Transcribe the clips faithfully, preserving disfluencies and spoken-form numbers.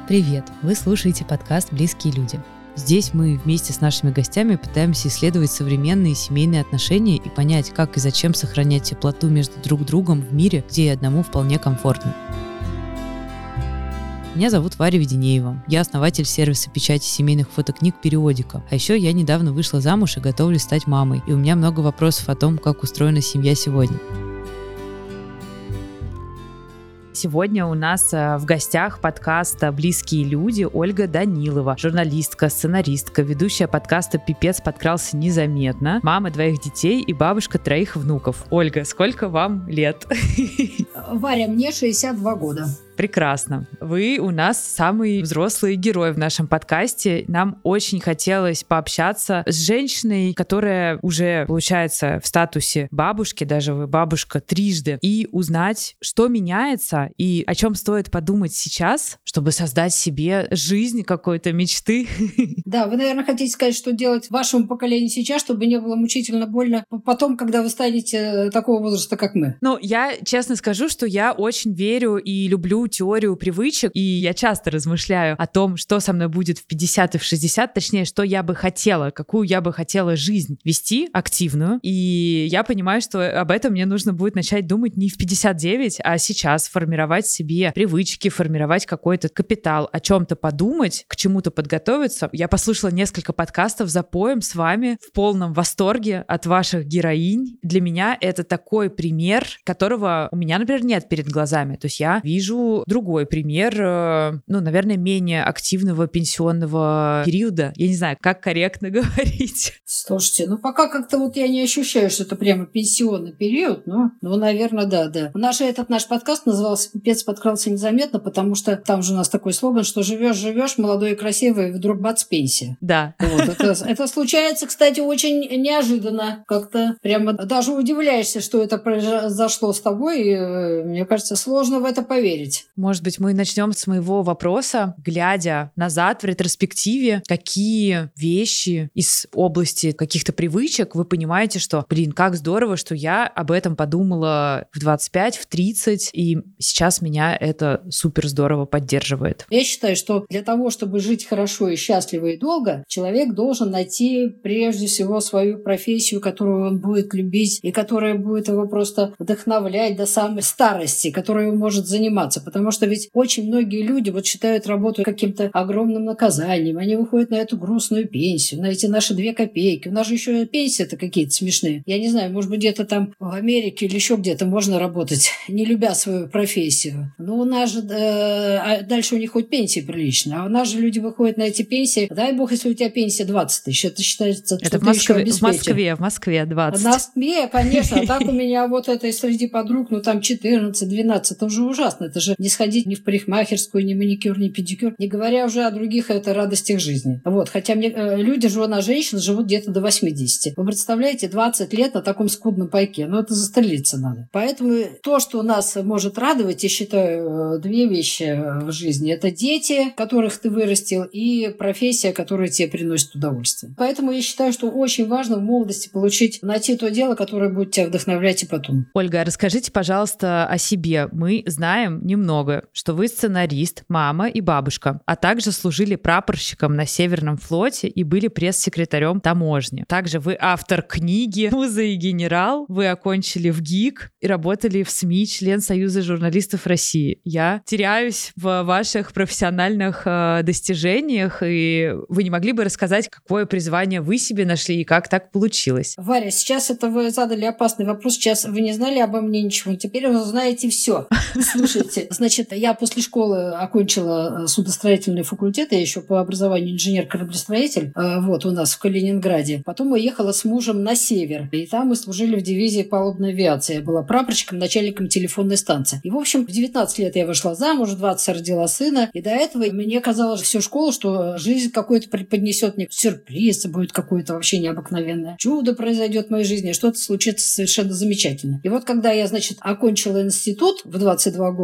Привет! Вы слушаете подкаст «Близкие люди». Здесь мы вместе с нашими гостями пытаемся исследовать современные семейные отношения и понять, как и зачем сохранять теплоту между друг другом в мире, где и одному вполне комфортно. Меня зовут Варя Веденеева. Я основатель сервиса печати семейных фотокниг «Периодика». А еще я недавно вышла замуж и готовлюсь стать мамой. И у меня много вопросов о том, как устроена семья сегодня. Сегодня у нас в гостях подкаста «Близкие люди» Ольга Данилова, журналистка, сценаристка, ведущая подкаста «Пипец подкрался незаметно», мама двоих детей и бабушка троих внуков. Ольга, сколько вам лет? Варя, мне шестьдесят два года. Прекрасно. Вы у нас самый взрослый герой в нашем подкасте. Нам очень хотелось пообщаться с женщиной, которая уже, получается, в статусе бабушки, даже вы бабушка трижды, и узнать, что меняется и о чем стоит подумать сейчас, чтобы создать себе жизнь какой-то мечты. Да, вы, наверное, хотите сказать, что делать вашему поколению сейчас, чтобы не было мучительно больно потом, когда вы станете такого возраста, как мы. Ну, я честно скажу, что я очень верю и люблю теорию привычек, и я часто размышляю о том, что со мной будет в пятьдесят и в шестьдесят, точнее, что я бы хотела, какую я бы хотела жизнь вести, активную, и я понимаю, что об этом мне нужно будет начать думать не в пятьдесят девять, а сейчас, формировать себе привычки, формировать какой-то капитал, о чем-то подумать, к чему-то подготовиться. Я послушала несколько подкастов запоем с вами, в полном восторге от ваших героинь. Для меня это такой пример, которого у меня, например, нет перед глазами. То есть я вижу другой пример, ну, наверное, менее активного пенсионного периода. Я не знаю, как корректно говорить. Слушайте, ну пока как-то вот я не ощущаю, что это прямо пенсионный период, но, ну, наверное, да, да. Наш, этот наш подкаст назывался «Пипец подкрался незаметно», потому что там же у нас такой слоган, что живешь-живешь, молодой и красивый, и вдруг бац, пенсия. Да. Вот, это, это случается, кстати, очень неожиданно. Как-то прямо даже удивляешься, что это произошло с тобой, и, мне кажется, сложно в это поверить. Может быть, мы начнем с моего вопроса, глядя назад в ретроспективе, какие вещи из области каких-то привычек вы понимаете, что, блин, как здорово, что я об этом подумала в двадцать пять, в тридцать, и сейчас меня это супер здорово поддерживает. Я считаю, что для того, чтобы жить хорошо и счастливо и долго, человек должен найти прежде всего свою профессию, которую он будет любить и которая будет его просто вдохновлять до самой старости, которой он может заниматься. Потому что ведь очень многие люди вот считают работу каким-то огромным наказанием. Они выходят на эту грустную пенсию, на эти наши две копейки. У нас же еще пенсии-то какие-то смешные. Я не знаю, может быть, где-то там в Америке или еще где-то можно работать, не любя свою профессию. Но у нас же... Э, а дальше у них хоть пенсии прилично. А у нас же люди выходят на эти пенсии. Дай бог, если у тебя пенсия двадцать тысяч. Это считается, это что в ты Москве, еще обеспечен. В Москве, в Москве двадцать. В Москве, конечно. А так у меня вот это среди подруг, ну там четырнадцать-двенадцать. Это уже ужасно. Это же не сходить ни в парикмахерскую, ни маникюр, ни педикюр, не говоря уже о других это радостях жизни. Вот, хотя мне э, люди, жена, женщины живут где-то до восьмидесяти. Вы представляете, двадцать лет на таком скудном пайке, ну это застрелиться надо. Поэтому то, что нас может радовать, я считаю, две вещи в жизни. Это дети, которых ты вырастил, и профессия, которая тебе приносит удовольствие. Поэтому я считаю, что очень важно в молодости получить, найти то дело, которое будет тебя вдохновлять и потом. Ольга, расскажите, пожалуйста, о себе. Мы знаем немного, что вы сценарист, мама и бабушка, а также служили прапорщиком на Северном флоте и были пресс-секретарем таможни. Также вы автор книги «Муза и генерал», вы окончили в ГИК и работали в СМИ, член Союза журналистов России. Я теряюсь в ваших профессиональных э, достижениях, и вы не могли бы рассказать, какое призвание вы себе нашли и как так получилось? Варя, сейчас это вы задали опасный вопрос. Сейчас вы не знали обо мне ничего, теперь вы знаете все. Слушайте, значит, я после школы окончила судостроительный факультет, я еще по образованию инженер-кораблестроитель, вот, у нас в Калининграде. Потом уехала с мужем на север, и там мы служили в дивизии палубной авиации. Я была прапорщиком, начальником телефонной станции. И, в общем, в девятнадцать лет я вышла замуж, в двадцать родила сына, и до этого мне казалось всю школу, что жизнь какой-то преподнесет мне сюрприз, будет какое-то вообще необыкновенное чудо произойдет в моей жизни, что-то случится совершенно замечательно. И вот когда я, значит, окончила институт в двадцать два года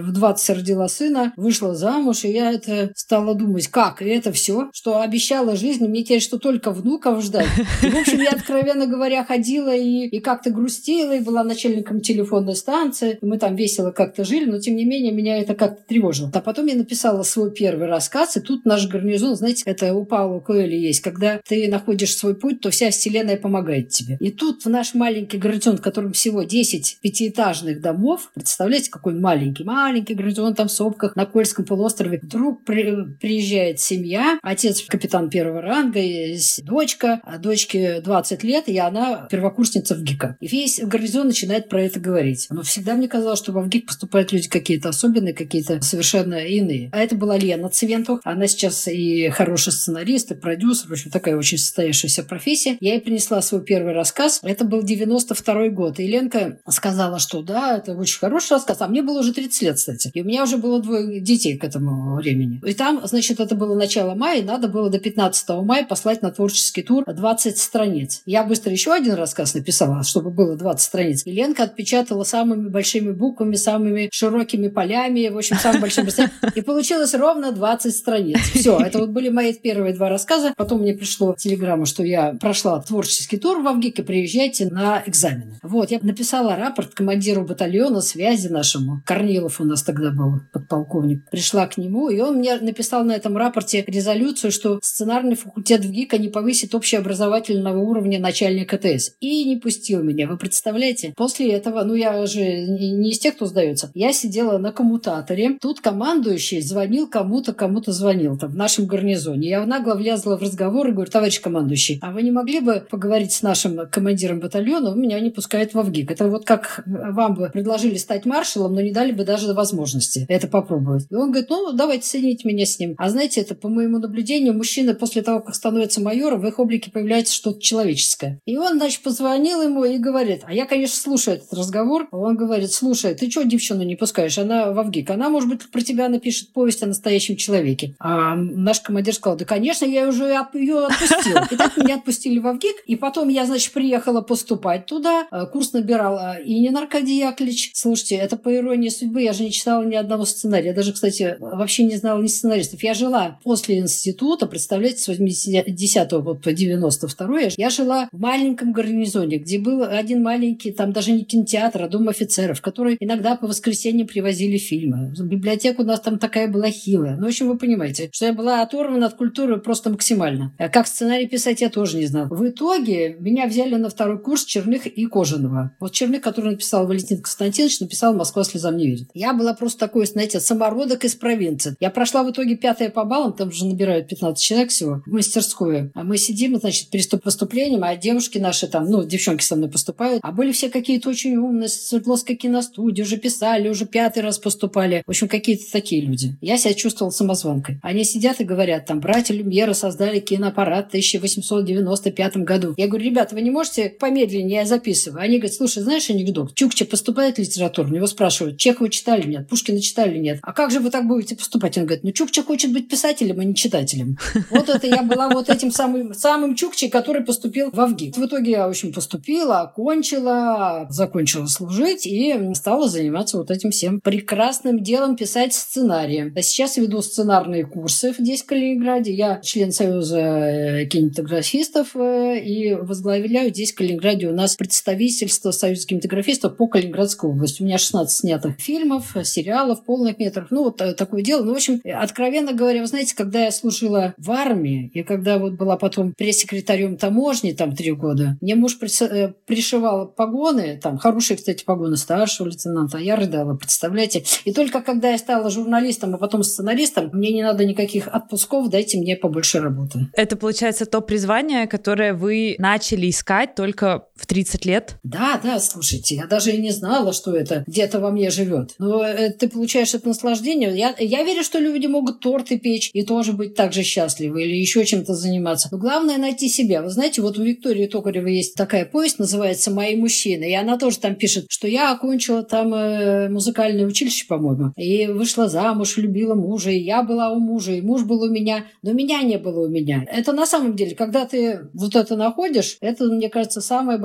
в двадцать родила сына, вышла замуж, и я это стала думать, как, и это все, что обещала жизнь, мне теперь что только внуков ждать. И, в общем, я, откровенно говоря, ходила и, и как-то грустила, и была начальником телефонной станции, и мы там весело как-то жили, но, тем не менее, меня это как-то тревожило. А потом я написала свой первый рассказ, и тут наш гарнизон, знаете, это у Паула Коэльо есть, когда ты находишь свой путь, то вся вселенная помогает тебе. И тут в наш маленький гарнизон, в котором всего десять пятиэтажных домов, представляете, какой маленький, маленький гарнизон там в Сопках, на Кольском полуострове, вдруг при, приезжает семья, отец капитан первого ранга, есть дочка, а дочке двадцать лет, и она первокурсница в ГИКа. И весь гарнизон начинает про это говорить. Но всегда мне казалось, что во ВГИК поступают люди какие-то особенные, какие-то совершенно иные. А это была Лена Цвентух. Она сейчас и хороший сценарист, и продюсер, в общем, такая очень состоявшаяся профессия. Я ей принесла свой первый рассказ. Это был девяносто второй год. И Ленка сказала, что да, это очень хороший рассказ. А мне было уже тридцать лет, кстати. И у меня уже было двое детей к этому времени. И там, значит, это было начало мая, и надо было до пятнадцатого мая послать на творческий тур двадцать страниц. Я быстро еще один рассказ написала, чтобы было двадцать страниц. И Ленка отпечатала самыми большими буквами, самыми широкими полями, в общем, самым большим быстрее. И получилось ровно двадцать страниц. Все, это вот были мои первые два рассказа. Потом мне пришло телеграмма, что я прошла творческий тур в ВГИК, и приезжайте на экзамены. Вот, я написала рапорт командиру батальона связи нашему. Корнилов у нас тогда был подполковник. Пришла к нему, и он мне написал на этом рапорте резолюцию, что сценарный факультет ВГИКа не повысит общеобразовательного уровня начальника ТС. И не пустил меня. Вы представляете? После этого, ну я же не из тех, кто сдается, я сидела на коммутаторе. Тут командующий звонил кому-то, кому-то звонил там в нашем гарнизоне. Я нагло влезла в разговор и говорю: товарищ командующий, а вы не могли бы поговорить с нашим командиром батальона? Меня не пускают во ВГИК. Это вот как вам бы предложили стать маршалом, но не дали бы даже возможности это попробовать. И он говорит: ну, давайте соедините меня с ним. А знаете, это по моему наблюдению, мужчины после того, как становятся майором, в их облике появляется что-то человеческое. И он, значит, позвонил ему и говорит, а я, конечно, слушаю этот разговор. Он говорит: слушай, ты что девчонку не пускаешь? Она во ВГИК. Она, может быть, про тебя напишет повесть о настоящем человеке. А наш командир сказал: да, конечно, я уже ее отпустил. И так меня отпустили во ВГИК. И потом я, значит, приехала поступать туда. Курс набирала Инин Аркадий Яковлевич. Слушайте, это по иронии судьбы. Я же не читала ни одного сценария. Я даже, кстати, вообще не знала ни сценаристов. Я жила после института, представляете, с восьмидесятого по девяносто второй. Я жила в маленьком гарнизоне, где был один маленький, там даже не кинотеатр, а дом офицеров, который иногда по воскресеньям привозили фильмы. Библиотека у нас там такая была хилая. Ну, в общем, вы понимаете, что я была оторвана от культуры просто максимально. А как сценарий писать, я тоже не знала. В итоге меня взяли на второй курс Черных и Кожаного. Вот Черных, который написал Валентин Константинович, написал «Москва слезам не верит». Я была просто такой, знаете, самородок из провинции. Я прошла в итоге пятое по баллам, там же набирают пятнадцать человек всего, в мастерскую. А мы сидим, значит, перед поступлением, а девушки наши там, ну, девчонки со мной поступают, а были все какие-то очень умные, с Свердловской киностудии, уже писали, уже пятый раз поступали. В общем, какие-то такие люди. Я себя чувствовала самозванкой. Они сидят и говорят, там, братья Люмьера создали киноаппарат в тысяча восемьсот девяносто пятом году. Я говорю: ребята, вы не можете помедленнее, я записываю. Они говорят: слушай, знаешь анекдот? Чукча поступает в литературу, его спрашивают: Чехова читали или нет? Пушкина читали или нет? А как же вы так будете поступать? Он говорит: ну, Чукча хочет быть писателем, а не читателем. Вот это я была вот этим самым, самым Чукчей, который поступил в ВГИК. В итоге я, в общем, поступила, окончила, закончила служить и стала заниматься вот этим всем прекрасным делом — писать сценарии. А сейчас веду сценарные курсы здесь, в Калининграде. Я член Союза кинематографистов и возглавляю здесь, в Калининграде, у нас представительство Союза кинематографистов по Калининградской области. У меня шестнадцать снятых фильмов, сериалов, полных метров. Ну, вот такое дело. Ну, в общем, откровенно говоря, вы знаете, когда я служила в армии, и когда вот была потом пресс-секретарем таможни, там, три года, мне муж пришивал погоны, там, хорошие, кстати, погоны старшего лейтенанта, а я рыдала, представляете? И только когда я стала журналистом, а потом сценаристом, мне не надо никаких отпусков, дайте мне побольше работы. Это, получается, то призвание, которое вы начали искать только в тридцать лет? Да, да, слушайте, я даже и не знала, что это где-то во мне живет. Но э, ты получаешь это наслаждение. Я, я верю, что люди могут торты печь и тоже быть так же счастливы или еще чем-то заниматься. Но главное — найти себя. Вы знаете, вот у Виктории Токаревой есть такая повесть, называется «Мои мужчины». И она тоже там пишет, что я окончила там э, музыкальное училище, по-моему, и вышла замуж, любила мужа, и я была у мужа, и муж был у меня, но меня не было у меня. Это на самом деле, когда ты вот это находишь, это, мне кажется, самое большое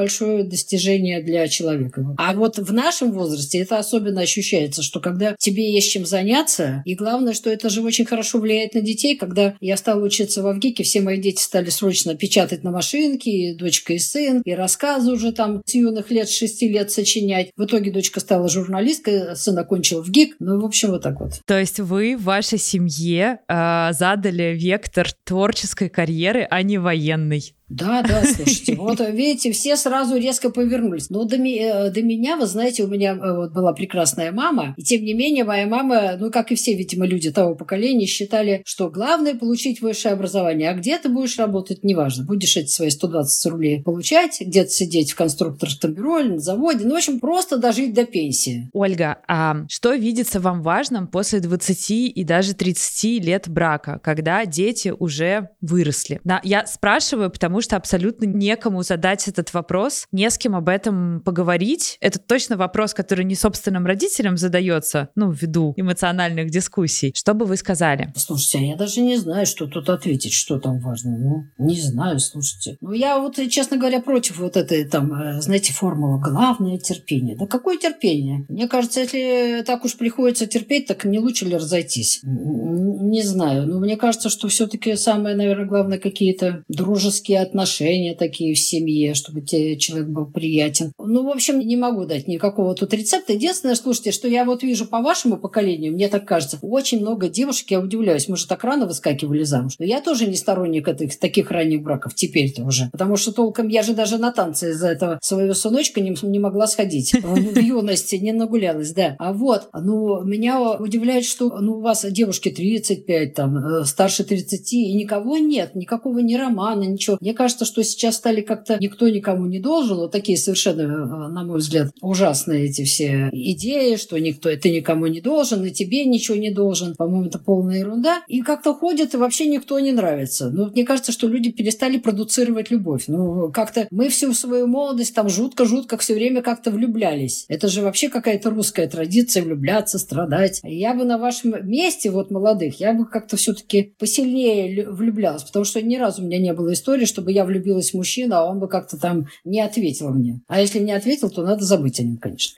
большое достижение для человека. А вот в нашем возрасте это особенно ощущается, что когда тебе есть чем заняться, и главное, что это же очень хорошо влияет на детей. Когда я стала учиться в ВГИКе, все мои дети стали срочно печатать на машинке, и дочка, и сын, и рассказы уже там с юных лет, с шести лет сочинять. В итоге дочка стала журналисткой, сын окончил ВГИК. Ну, в общем, вот так вот. То есть вы в вашей семье э, задали вектор творческой карьеры, а не военной. Да, да, слушайте, вот видите, все сразу резко повернулись. Но до, ми- до меня, вы знаете, у меня вот была прекрасная мама, и тем не менее моя мама, ну, как и все, видимо, люди того поколения, считали, что главное получить высшее образование, а где ты будешь работать, неважно. Будешь эти свои сто двадцать рублей получать, где-то сидеть в конструкторском бюро или на заводе, ну, в общем, просто дожить до пенсии. Ольга, а что видится вам важным после двадцати и даже тридцати лет брака, когда дети уже выросли? Да, я спрашиваю, потому что абсолютно некому задать этот вопрос, не с кем об этом поговорить. Это точно вопрос, который не собственным родителям задается, ну, ввиду эмоциональных дискуссий. Что бы вы сказали? Слушайте, а я даже не знаю, что тут ответить, что там важно. Ну, не знаю, слушайте. Ну, я вот, честно говоря, против вот этой, там, знаете, формулы «главное терпение». Да какое терпение? Мне кажется, если так уж приходится терпеть, так не лучше ли разойтись? Не знаю. Но мне кажется, что все-таки самое, наверное, главное, какие-то дружеские отношения такие в семье, чтобы тебе человек был приятен. Ну, в общем, не могу дать никакого тут рецепта. Единственное, слушайте, что я вот вижу по вашему поколению, мне так кажется, очень много девушек, я удивляюсь, мы же так рано выскакивали замуж. Но я тоже не сторонник этих, таких ранних браков, теперь-то уже. Потому что толком я же даже на танцы из-за этого своего сыночка не, не могла сходить. В юности не нагулялась, да. А вот, ну, меня удивляет, что ну, у вас девушки тридцать пять, там, старше тридцати, и никого нет, никакого ни романа, ничего. Мне кажется, что сейчас стали как-то никто никому не должен. Вот такие совершенно, на мой взгляд, ужасные эти все идеи, что никто, ты никому не должен, и тебе ничего не должен. По-моему, это полная ерунда. И как-то ходят, и вообще никто не нравится. Ну, мне кажется, что люди перестали продуцировать любовь. Ну, как-то мы всю свою молодость там жутко-жутко все время как-то влюблялись. Это же вообще какая-то русская традиция влюбляться, страдать. Я бы на вашем месте, вот молодых, я бы как-то все-таки посильнее влюблялась, потому что ни разу у меня не было истории, чтобы я влюбилась в мужчину, а он бы как-то там не ответил мне. А если не ответил, то надо забыть о нем, конечно.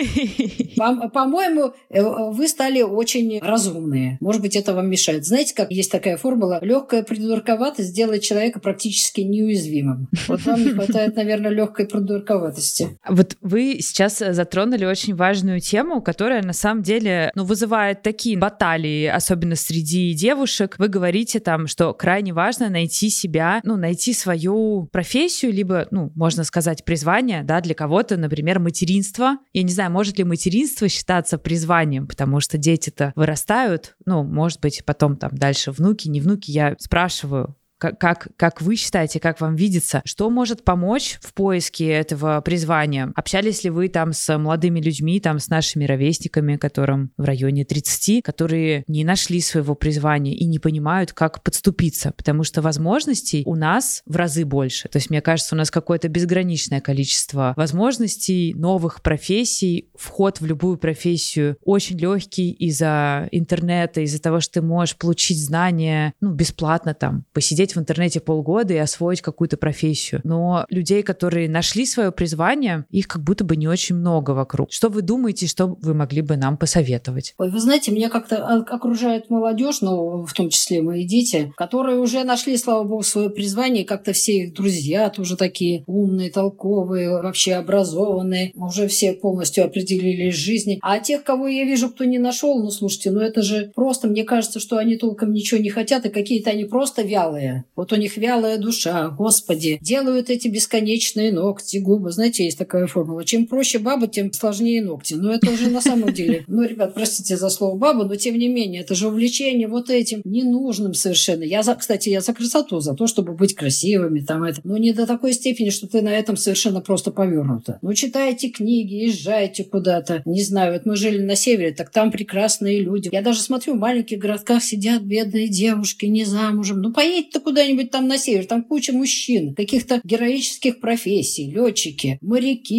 По-моему, вы стали очень разумные. Может быть, это вам мешает. Знаете, как есть такая формула? Легкая придурковатость делает человека практически неуязвимым. Вот вам не хватает, наверное, легкой придурковатости. Вот вы сейчас затронули очень важную тему, которая на самом деле ну, вызывает такие баталии, особенно среди девушек. Вы говорите там, что крайне важно найти себя, ну, найти свою профессию, либо, ну, можно сказать, призвание, да, для кого-то, например, материнство. Я не знаю, может ли материнство считаться призванием, потому что дети-то вырастают, ну, может быть, потом там дальше внуки, не внуки, я спрашиваю, Как, как, как вы считаете, как вам видится, что может помочь в поиске этого призвания? Общались ли вы там с молодыми людьми, там с нашими ровесниками, которым в районе тридцати, которые не нашли своего призвания и не понимают, как подступиться? Потому что возможностей у нас в разы больше. То есть, мне кажется, у нас какое-то безграничное количество возможностей, новых профессий. Вход в любую профессию очень легкий из-за интернета, из-за того, что ты можешь получить знания, ну, бесплатно там, посидеть в интернете полгода и освоить какую-то профессию. Но людей, которые нашли свое призвание, их как будто бы не очень много вокруг. Что вы думаете, что вы могли бы нам посоветовать? Ой, вы знаете, меня как-то окружает молодежь, ну, в том числе мои дети, которые уже нашли, слава богу, свое призвание, как-то все их друзья тоже такие умные, толковые, вообще образованные, уже все полностью определились в жизни. А тех, кого я вижу, кто не нашел, ну, слушайте, ну, это же просто, мне кажется, что они толком ничего не хотят, и какие-то они просто вялые. Вот у них вялая душа, господи, делают эти бесконечные ногти, губы. Знаете, есть такая формула. Чем проще баба, тем сложнее ногти. Но это уже на самом деле... Ну, ребят, простите за слово баба, но тем не менее, это же увлечение вот этим ненужным совершенно. Я, за, кстати, я за красоту, за то, чтобы быть красивыми, там это. Но не до такой степени, что ты на этом совершенно просто повернута. Ну, читайте книги, езжайте куда-то. Не знаю, вот мы жили на севере, так там прекрасные люди. Я даже смотрю, в маленьких городках сидят бедные девушки, не замужем. Ну, поедь-то куда-нибудь там на север, там куча мужчин, каких-то героических профессий, летчики, моряки,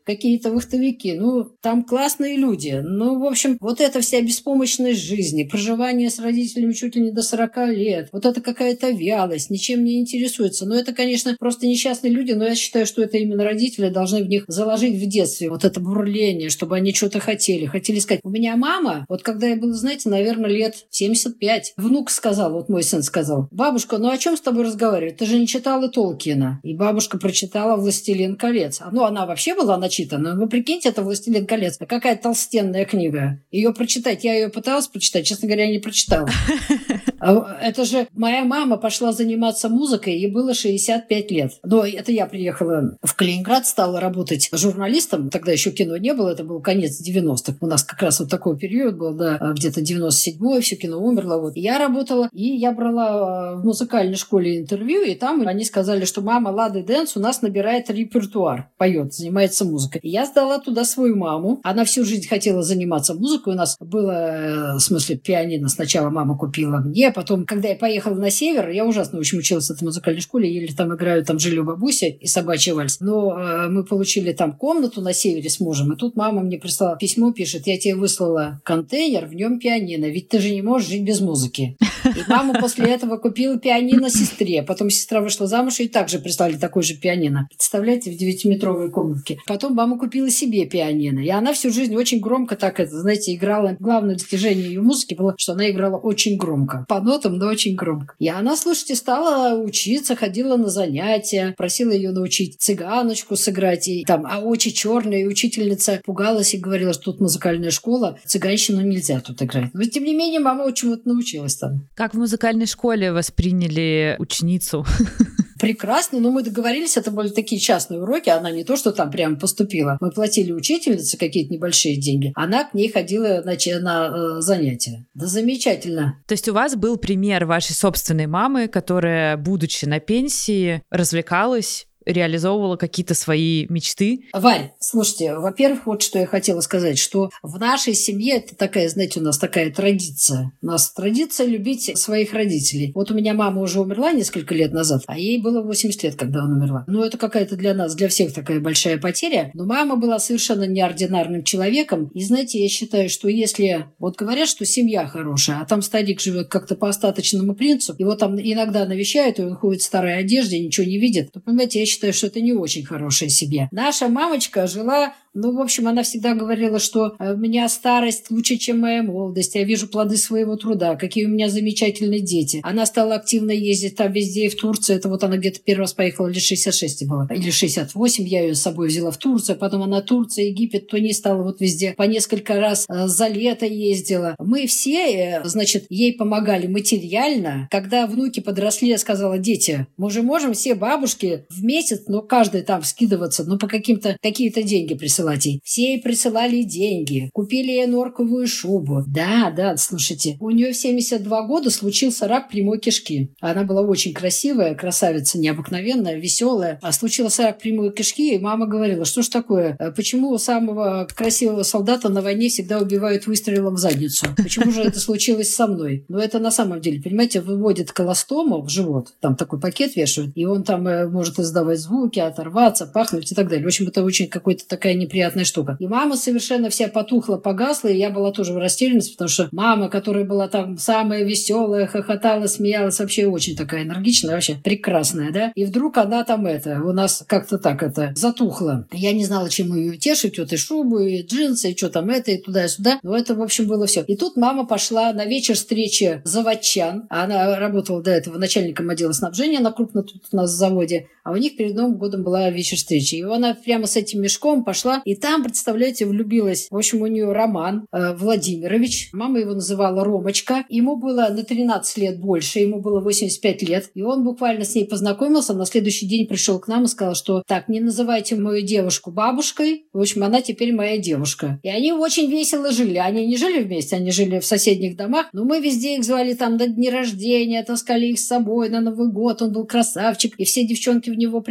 какие-то вахтовики. Ну, там классные люди. Ну, в общем, вот эта вся беспомощность жизни, проживание с родителями чуть ли не до сорока лет, вот это какая-то вялость, ничем не интересуется. Ну, это, конечно, просто несчастные люди, но я считаю, что это именно родители должны в них заложить в детстве вот это бурление, чтобы они что-то хотели. Хотели сказать. У меня мама, вот когда я была, знаете, наверное, лет семьдесят пять, внук сказал, вот мой сын сказал: бабушка, ну о чем с тобой разговаривать? Ты же не читала Толкина. И бабушка прочитала «Властелин колец». Ну, она вообще была начитана. Вы прикиньте, это «Властелин колец». Какая толстенная книга. Ее прочитать, я ее пыталась прочитать, честно говоря, я не прочитала. Это же моя мама пошла заниматься музыкой, ей было шестьдесят пять лет. Но это я приехала в Калининград, стала работать журналистом. Тогда еще кино не было, это был конец девяностых. У нас как раз вот такой период был, да, где-то девяносто седьмой, все кино умерло. Вот. И я работала, и я брала в музыкальной школе интервью, и там они сказали, что мама Лады Дэнс у нас набирает репертуар, поет, занимается музыкой. И я сдала туда свою маму. Она всю жизнь хотела заниматься музыкой. У нас было, в смысле, пианино. Сначала мама купила мне, потом, когда я поехала на север, я ужасно очень училась в этой музыкальной школе, еле там играю, там жили у бабуси и собачий вальс. Но э, мы получили там комнату на севере с мужем, и тут мама мне прислала письмо, пишет: я тебе выслала контейнер, в нем пианино, ведь ты же не можешь жить без музыки. И мама после этого купила пианино сестре, потом сестра вышла замуж, и также прислали такой же пианино. Представляете, в девятиметровой комнатке. Потом мама купила себе пианино, и она всю жизнь очень громко так, это, знаете, играла. Главное достижение ее музыки было, что она играла очень громко. По нотам, но очень громко. И она, слушайте, стала учиться, ходила на занятия, просила ее научить цыганочку сыграть. И там, а очи черные, и учительница пугалась и говорила, что тут музыкальная школа, цыганщину нельзя тут играть. Но, тем не менее, мама чему-то научилась там. Как в музыкальной школе восприняли ученицу? Прекрасно, но мы договорились, это были такие частные уроки, она не то, что там прямо поступила. Мы платили учительнице какие-то небольшие деньги, она к ней ходила на, на э, занятия. Да замечательно. То есть у вас был пример вашей собственной мамы, которая, будучи на пенсии, развлекалась, реализовывала какие-то свои мечты? Варь, слушайте, во-первых, вот что я хотела сказать, что в нашей семье это такая, знаете, у нас такая традиция. У нас традиция любить своих родителей. Вот у меня мама уже умерла несколько лет назад, а ей было восемьдесят лет, когда она умерла. Ну, это какая-то для нас, для всех такая большая потеря. Но мама была совершенно неординарным человеком. И, знаете, я считаю, что если... Вот говорят, что семья хорошая, а там старик живет как-то по остаточному принципу, его там иногда навещают, и он ходит в старой одежде, ничего не видит, то, понимаете, я считаю, что это не очень хорошая семья. Наша мамочка жила, ну, в общем, она всегда говорила, что у меня старость лучше, чем моя молодость. Я вижу плоды своего труда, какие у меня замечательные дети. Она стала активно ездить там везде, и в Турции. Это вот она где-то первый раз поехала, лет шестьдесят шесть была, или шестьдесят восемь. Я ее с собой взяла в Турцию, потом она Турция, Египет, Тунис, стала вот везде. По несколько раз за лето ездила. Мы все, значит, ей помогали материально. Когда внуки подросли, я сказала: дети, мы же можем все бабушки в месяц, ну, каждый там скидываться, ну, по каким-то, какие-то деньги присылать ей. Все ей присылали деньги. Купили ей норковую шубу. Да, да, слушайте, у нее в семьдесят два года случился рак прямой кишки. Она была очень красивая, красавица необыкновенная, веселая. А случился рак прямой кишки, и мама говорила: что ж такое? Почему у самого красивого солдата на войне всегда убивают выстрелом в задницу? Почему же это случилось со мной? Но это на самом деле, понимаете, выводит колостому в живот. Там такой пакет вешают, и он там может издавать звуки, оторваться, пахнуть и так далее. В общем, это очень какая-то такая неприятная штука. И мама совершенно вся потухла, погасла, и я была тоже в растерянности, потому что мама, которая была там самая веселая, хохотала, смеялась, вообще очень такая энергичная, вообще прекрасная, да? И вдруг она там это, у нас как-то так это, затухла. Я не знала, чем ее утешить, вот и шубу, и джинсы, и что там это, и туда-сюда. Но это, в общем, было все. И тут мама пошла на вечер встречи заводчан. Она работала до этого начальником отдела снабжения на крупном тут у нас заводе, а у них перед Новым годом была вечер встречи. И она прямо с этим мешком пошла, и там, представляете, влюбилась. В общем, у нее Роман э, Владимирович. Мама его называла Ромочка. Ему было на тринадцать лет больше, ему было восемьдесят пять лет. И он буквально с ней познакомился. На следующий день пришел к нам и сказал, что так, не называйте мою девушку бабушкой. В общем, она теперь моя девушка. И они очень весело жили. Они не жили вместе, они жили в соседних домах. Но мы везде их звали там на дни рождения, таскали их с собой на Новый год. Он был красавчик. И все девчонки в него прям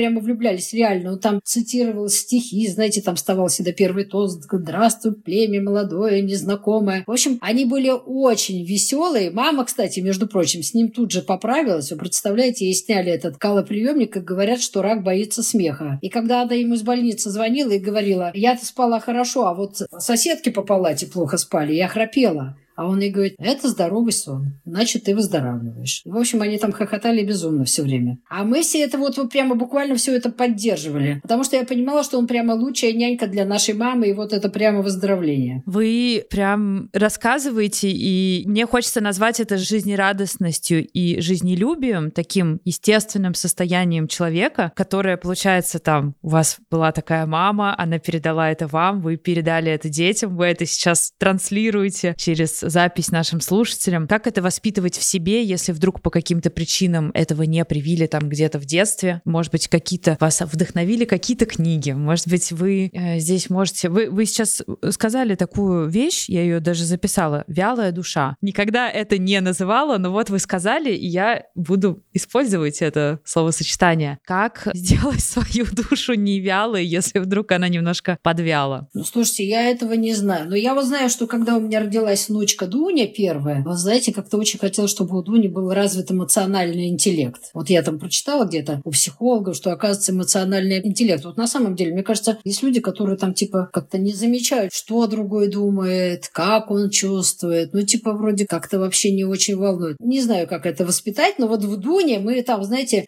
прямо влюблялись, реально. Он там цитировал стихи, знаете, там вставал всегда первый тост, «Здравствуй, племя молодое, незнакомое». В общем, они были очень веселые. Мама, кстати, между прочим, с ним тут же поправилась. Вы представляете, ей сняли этот калоприемник, и говорят, что рак боится смеха. И когда она ему из больницы звонила и говорила, я-то спала хорошо, а вот соседки по палате плохо спали, я храпела. А он ей говорит, это здоровый сон, значит, ты выздоравливаешь. И, в общем, они там хохотали безумно все время. А мы все это вот, вот прямо буквально все это поддерживали. Потому что я понимала, что он прямо лучшая нянька для нашей мамы, и вот это прямо выздоровление. Вы прям рассказываете, и мне хочется назвать это жизнерадостностью и жизнелюбием, таким естественным состоянием человека, которое, получается, там, у вас была такая мама, она передала это вам, вы передали это детям, вы это сейчас транслируете через запись нашим слушателям. Как это воспитывать в себе, если вдруг по каким-то причинам этого не привили там где-то в детстве? Может быть, какие-то вас вдохновили какие-то книги? Может быть, вы э, здесь можете... Вы, вы сейчас сказали такую вещь, я ее даже записала, «вялая душа». Никогда это не называла, но вот вы сказали, и я буду использовать это словосочетание. Как сделать свою душу не вялой, если вдруг она немножко подвяла? Ну, слушайте, я этого не знаю. Но я вот знаю, что когда у меня родилась внучка Дуня первая, вы знаете, как-то очень хотела, чтобы у Дуни был развит эмоциональный интеллект. Вот я там прочитала где-то у психологов, что, оказывается, эмоциональный интеллект. Вот на самом деле, мне кажется, есть люди, которые там типа как-то не замечают, что другой думает, как он чувствует. Ну, типа вроде как-то вообще не очень волнует. Не знаю, как это воспитать, но вот в Дуне мы там, знаете,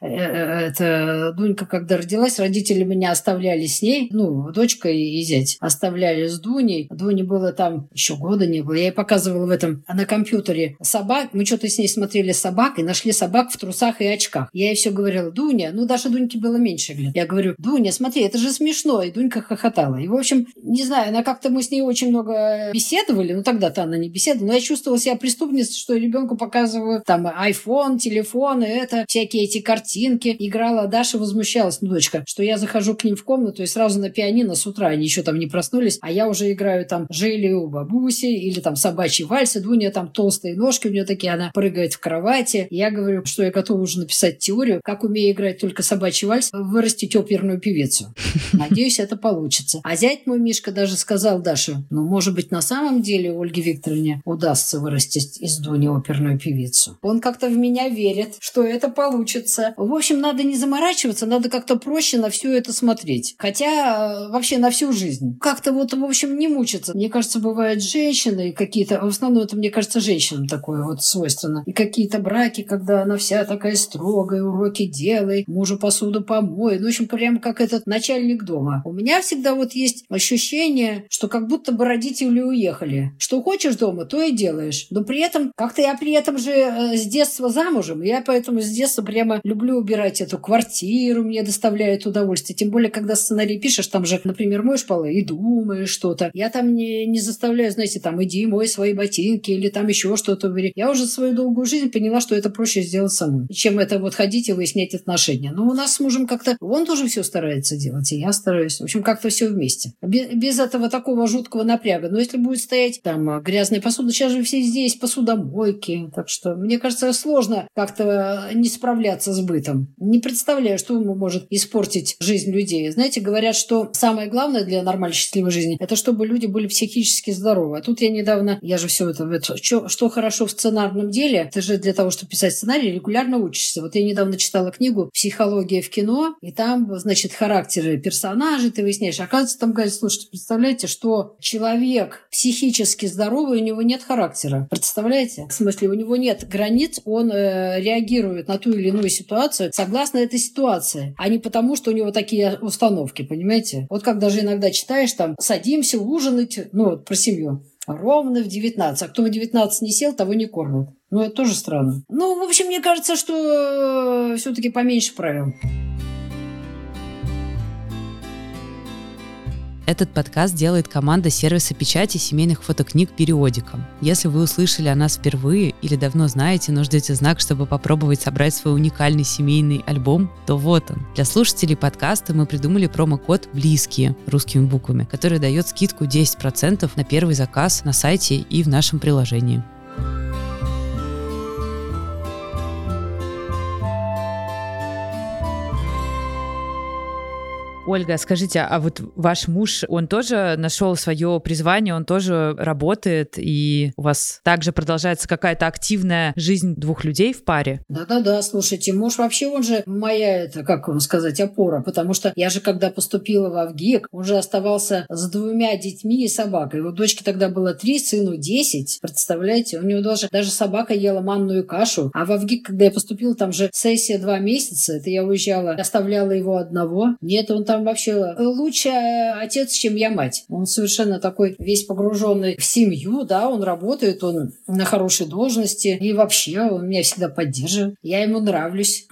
это Дунька, когда родилась, родители меня оставляли с ней, ну, дочка и зять оставляли с Дуней. Дуне было там еще года не было. Я ей показывала в этом на компьютере собак. Мы что-то с ней смотрели собак и нашли собак в трусах и очках. Я ей все говорила, Дуня, ну даже Дуньке было меньше лет. Я говорю, Дуня, смотри, это же смешно. И Дунька хохотала. И, в общем, не знаю, она как-то мы с ней очень много беседовали. Ну тогда-то она не беседовала. Но я чувствовала себя преступницей, что ребенку показываю там айфон, телефон, и это, всякие эти картинки. Играла, Даша возмущалась, ну, дочка, что я захожу к ним в комнату и сразу на пианино с утра. Они еще там не проснулись, а я уже играю там «Жили у бабуси» или там «Собачий вальс», и Дуня там толстые ножки у нее такие, она прыгает в кровати. Я говорю, что я готова уже написать теорию, как, умея играть только «Собачий вальс», вырастить оперную певицу. Надеюсь, это получится. А зять мой Мишка даже сказал Даше, ну, может быть, на самом деле Ольге Викторовне удастся вырастить из Дуни оперную певицу. Он как-то в меня верит, что это получится. В общем, надо не заморачиваться, надо как-то проще на все это смотреть. Хотя вообще на всю жизнь. Как-то вот, в общем, не мучиться. Мне кажется, бывают женщины какие-то, в основном это, мне кажется, женщинам такое вот свойственно. И какие-то браки, когда она вся такая строгая, уроки делай, мужу посуду помой. Ну, в общем, прям как этот начальник дома. У меня всегда вот есть ощущение, что как будто бы родители уехали. Что хочешь дома, то и делаешь. Но при этом, как-то я при этом же э, с детства замужем. Я поэтому с детства прямо люблю убирать эту квартиру, мне доставляет удовольствие. Тем более, когда сценарий пишешь, там же, например, моешь полы и думаешь что-то. Я там не, не заставляю, знаете, там, иди мой свои ботинки или там еще что-то убери. Я уже свою долгую жизнь поняла, что это проще сделать самой, чем это вот ходить и выяснять отношения. Но у нас с мужем как-то, он тоже все старается делать, и я стараюсь. В общем, как-то все вместе. Без, без этого такого жуткого напряга. Но если будет стоять там грязная посуда, сейчас же все здесь посудомойки. Так что, мне кажется, сложно как-то не справляться с бытом. Не представляю, что может испортить жизнь людей. Знаете, говорят, что самое главное для нормальной счастливой жизни, это чтобы люди были психически здоровы. А тут я недавно, я же все это, это что, что хорошо в сценарном деле, ты же для того, чтобы писать сценарий, регулярно учишься. Вот я недавно читала книгу «Психология в кино», и там, значит, характеры персонажей ты выясняешь. Оказывается, там говорят, слушайте, представляете, что человек психически здоровый, у него нет характера. Представляете? В смысле, у него нет границ, он э, реагирует на ту или иную ситуацию согласно этой ситуации, а не потому, что у него такие установки, понимаете? Вот как даже иногда читаешь, там, садимся ужинать, ну, вот про семью. Ровно в девятнадцать. А кто в девятнадцать не сел, того не кормят. Ну, это тоже странно. Ну, в общем, мне кажется, что все-таки поменьше правил. Этот подкаст делает команда сервиса печати семейных фотокниг «Периодика». Если вы услышали о нас впервые или давно знаете, но ждете знак, чтобы попробовать собрать свой уникальный семейный альбом, то вот он. Для слушателей подкаста мы придумали промокод «Близкие» русскими буквами, который дает скидку десять процентов на первый заказ на сайте и в нашем приложении. Ольга, скажите, а вот ваш муж, он тоже нашел свое призвание, он тоже работает, и у вас также продолжается какая-то активная жизнь двух людей в паре? Да-да-да, слушайте, муж вообще, он же моя, это, как вам сказать, опора, потому что я же, когда поступила в АВГИК, он же оставался с двумя детьми и собакой. Его дочке тогда было три, сыну десять, представляете? У него даже, даже собака ела манную кашу, а в АВГИК, когда я поступила, там же сессия два месяца, это я уезжала, оставляла его одного. Нет, он там вообще лучше отец, чем я мать. Он совершенно такой весь погруженный в семью, да, он работает, он на хорошей должности, и вообще он меня всегда поддерживает. Я ему нравлюсь.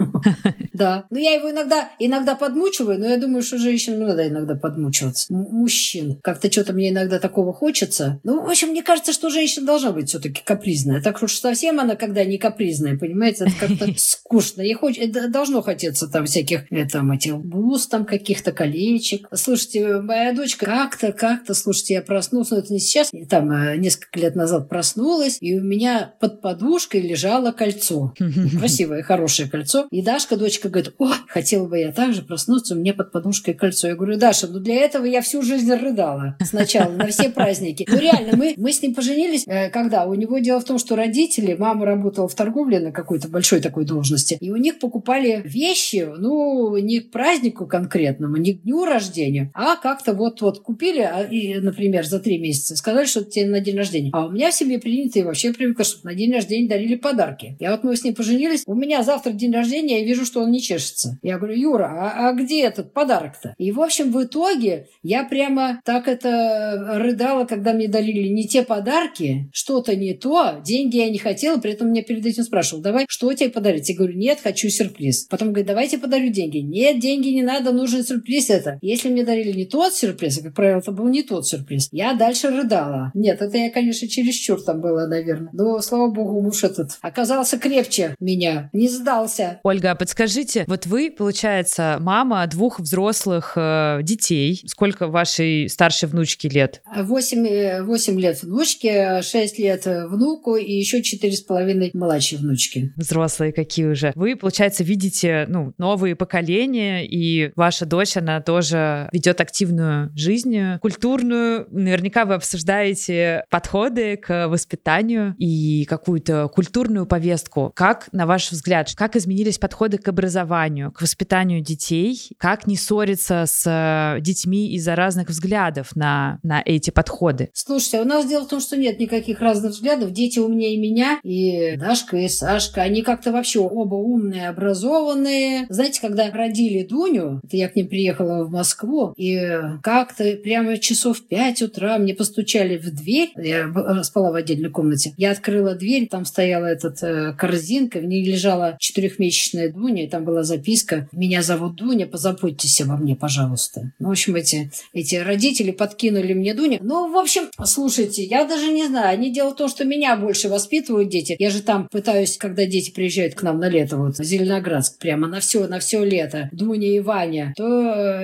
Да. Ну, я его иногда, иногда подмучиваю, но я думаю, что женщинам надо иногда подмучиваться. Мужчин. Как-то что-то мне иногда такого хочется. Ну, в общем, мне кажется, что женщина должна быть все-таки капризная. Так уж совсем она, когда не капризная, понимаете, это как-то скучно. Ей хоч... должно хотеться там всяких, там, этих бус, там, каких-то колечек. Слушайте, моя дочка как-то, как-то, слушайте, я проснулась, но это не сейчас, там, несколько лет назад проснулась, и у меня под подушкой лежало кольцо. Красивое, хорошее кольцо. И Дашка, дочка, говорит: ой, хотела бы я также проснуться, у меня под подушкой кольцо. Я говорю: Даша, ну для этого я всю жизнь рыдала сначала, на все праздники. Ну реально, мы, мы с ним поженились, э, когда? У него дело в том, что родители, мама работала в торговле на какой-то большой такой должности, и у них покупали вещи, ну, не к празднику конкретному, не к дню рождения, а как-то вот-вот купили, а, и, например, за три месяца, сказали, что это тебе на день рождения. А у меня в семье принято и вообще привыкла, чтобы на день рождения дарили подарки. Я вот мы с ним поженились, у меня завтра день рождения, я вижу, что он не чешется. Я говорю: Юра, а, а где этот подарок-то? И, в общем, в итоге я прямо так это рыдала, когда мне дарили не те подарки, что-то не то, деньги я не хотела, при этом меня перед этим спрашивал: давай, что тебе подарить? Я говорю: нет, хочу сюрприз. Потом говорит: давайте подарю деньги. Нет, деньги не надо, нужен сюрприз это. Если мне дарили не тот сюрприз, а, как правило, это был не тот сюрприз, я дальше рыдала. Нет, это я, конечно, чересчур там было, наверное. Но, слава богу, муж этот оказался крепче меня, не сдался. Ольга, а подскажите, вот вы, получается, мама двух взрослых э, детей. Сколько вашей старшей внучке лет? Восемь, восемь лет внучке, шесть лет внуку и еще четыре с половиной младшей внучки. Взрослые какие уже. Вы, получается, видите, ну, новые поколения, и ваша дочь, она тоже ведет активную жизнь, культурную. Наверняка вы обсуждаете подходы к воспитанию и какую-то культурную повестку. Как, на ваш взгляд, как изменились подходы к образованию, к воспитанию детей? Как не ссориться с детьми из-за разных взглядов на, на эти подходы? Слушайте, у нас дело в том, что нет никаких разных взглядов. Дети умнее меня, и Дашка, и Сашка, они как-то вообще оба умные, образованные. Знаете, когда родили Дуню, это я к ним приехала в Москву, и как-то прямо часов пять утра мне постучали в дверь. Я спала в отдельной комнате. Я открыла дверь, там стояла эта корзинка, в ней лежала четырехмесячная Дуня, и там была записка: меня зовут Дуня, позаботьтесь обо мне, пожалуйста. Ну, в общем, эти, эти родители подкинули мне Дуню. Ну, в общем, слушайте, я даже не знаю. Они дело в том, что меня больше воспитывают дети. Я же там пытаюсь, когда дети приезжают к нам на лето, вот, в Зеленоградск, прямо на все, на все лето, Дуня и Ваня, то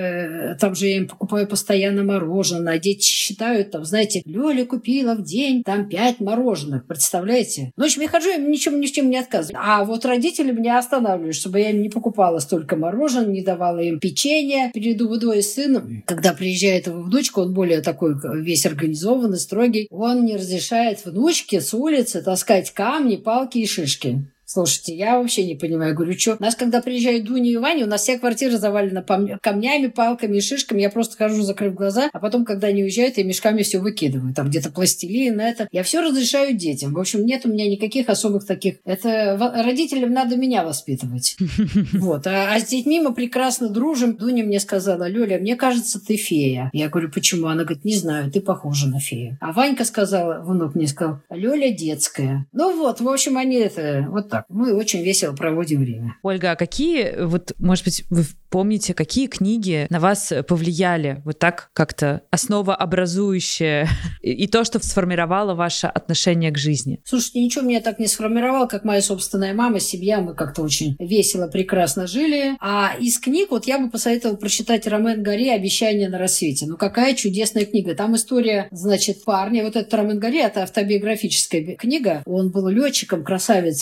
э, там же я им покупаю постоянно мороженое. Дети считают, там, знаете, Лёля купила в день там пять мороженых, представляете? Ну, в общем, я хожу, им ничем, ни в чем не отказываю. А вот родители меня останавливают, чтобы я им не покупала столько мороженого, не давала им печенье. Перед водой с сыном, когда приезжает его внучка, он более такой весь организованный, строгий, он не разрешает внучке с улицы таскать камни, палки и шишки. Слушайте, я вообще не понимаю. Говорю, что? У нас, когда приезжают Дуня и Ваня, у нас вся квартира завалена камнями, палками и шишками. Я просто хожу, закрыв глаза, а потом, когда они уезжают, я мешками все выкидываю. Там где-то пластилин, это. Я все разрешаю детям. В общем, нет у меня никаких особых таких. Это родителям надо меня воспитывать. Вот. А, а с детьми мы прекрасно дружим. Дуня мне сказала: Лёля, мне кажется, ты фея. Я говорю: почему? Она говорит: не знаю, ты похожа на фею. А Ванька сказала, внук мне сказал: Лёля детская. Ну вот, в общем, они это вот так. Мы очень весело проводим время. Ольга, а какие, вот, может быть, вы помните, какие книги на вас повлияли вот так как-то основообразующие и, и то, что сформировало ваше отношение к жизни? Слушайте, ничего меня так не сформировало, как моя собственная мама, семья. Мы как-то очень весело, прекрасно жили. А из книг вот я бы посоветовала прочитать Ромен Гарри «Обещание на рассвете». Ну, какая чудесная книга. Там история, значит, парня. Вот этот Ромен Гарри — это автобиографическая книга. Он был летчиком, красавец француз.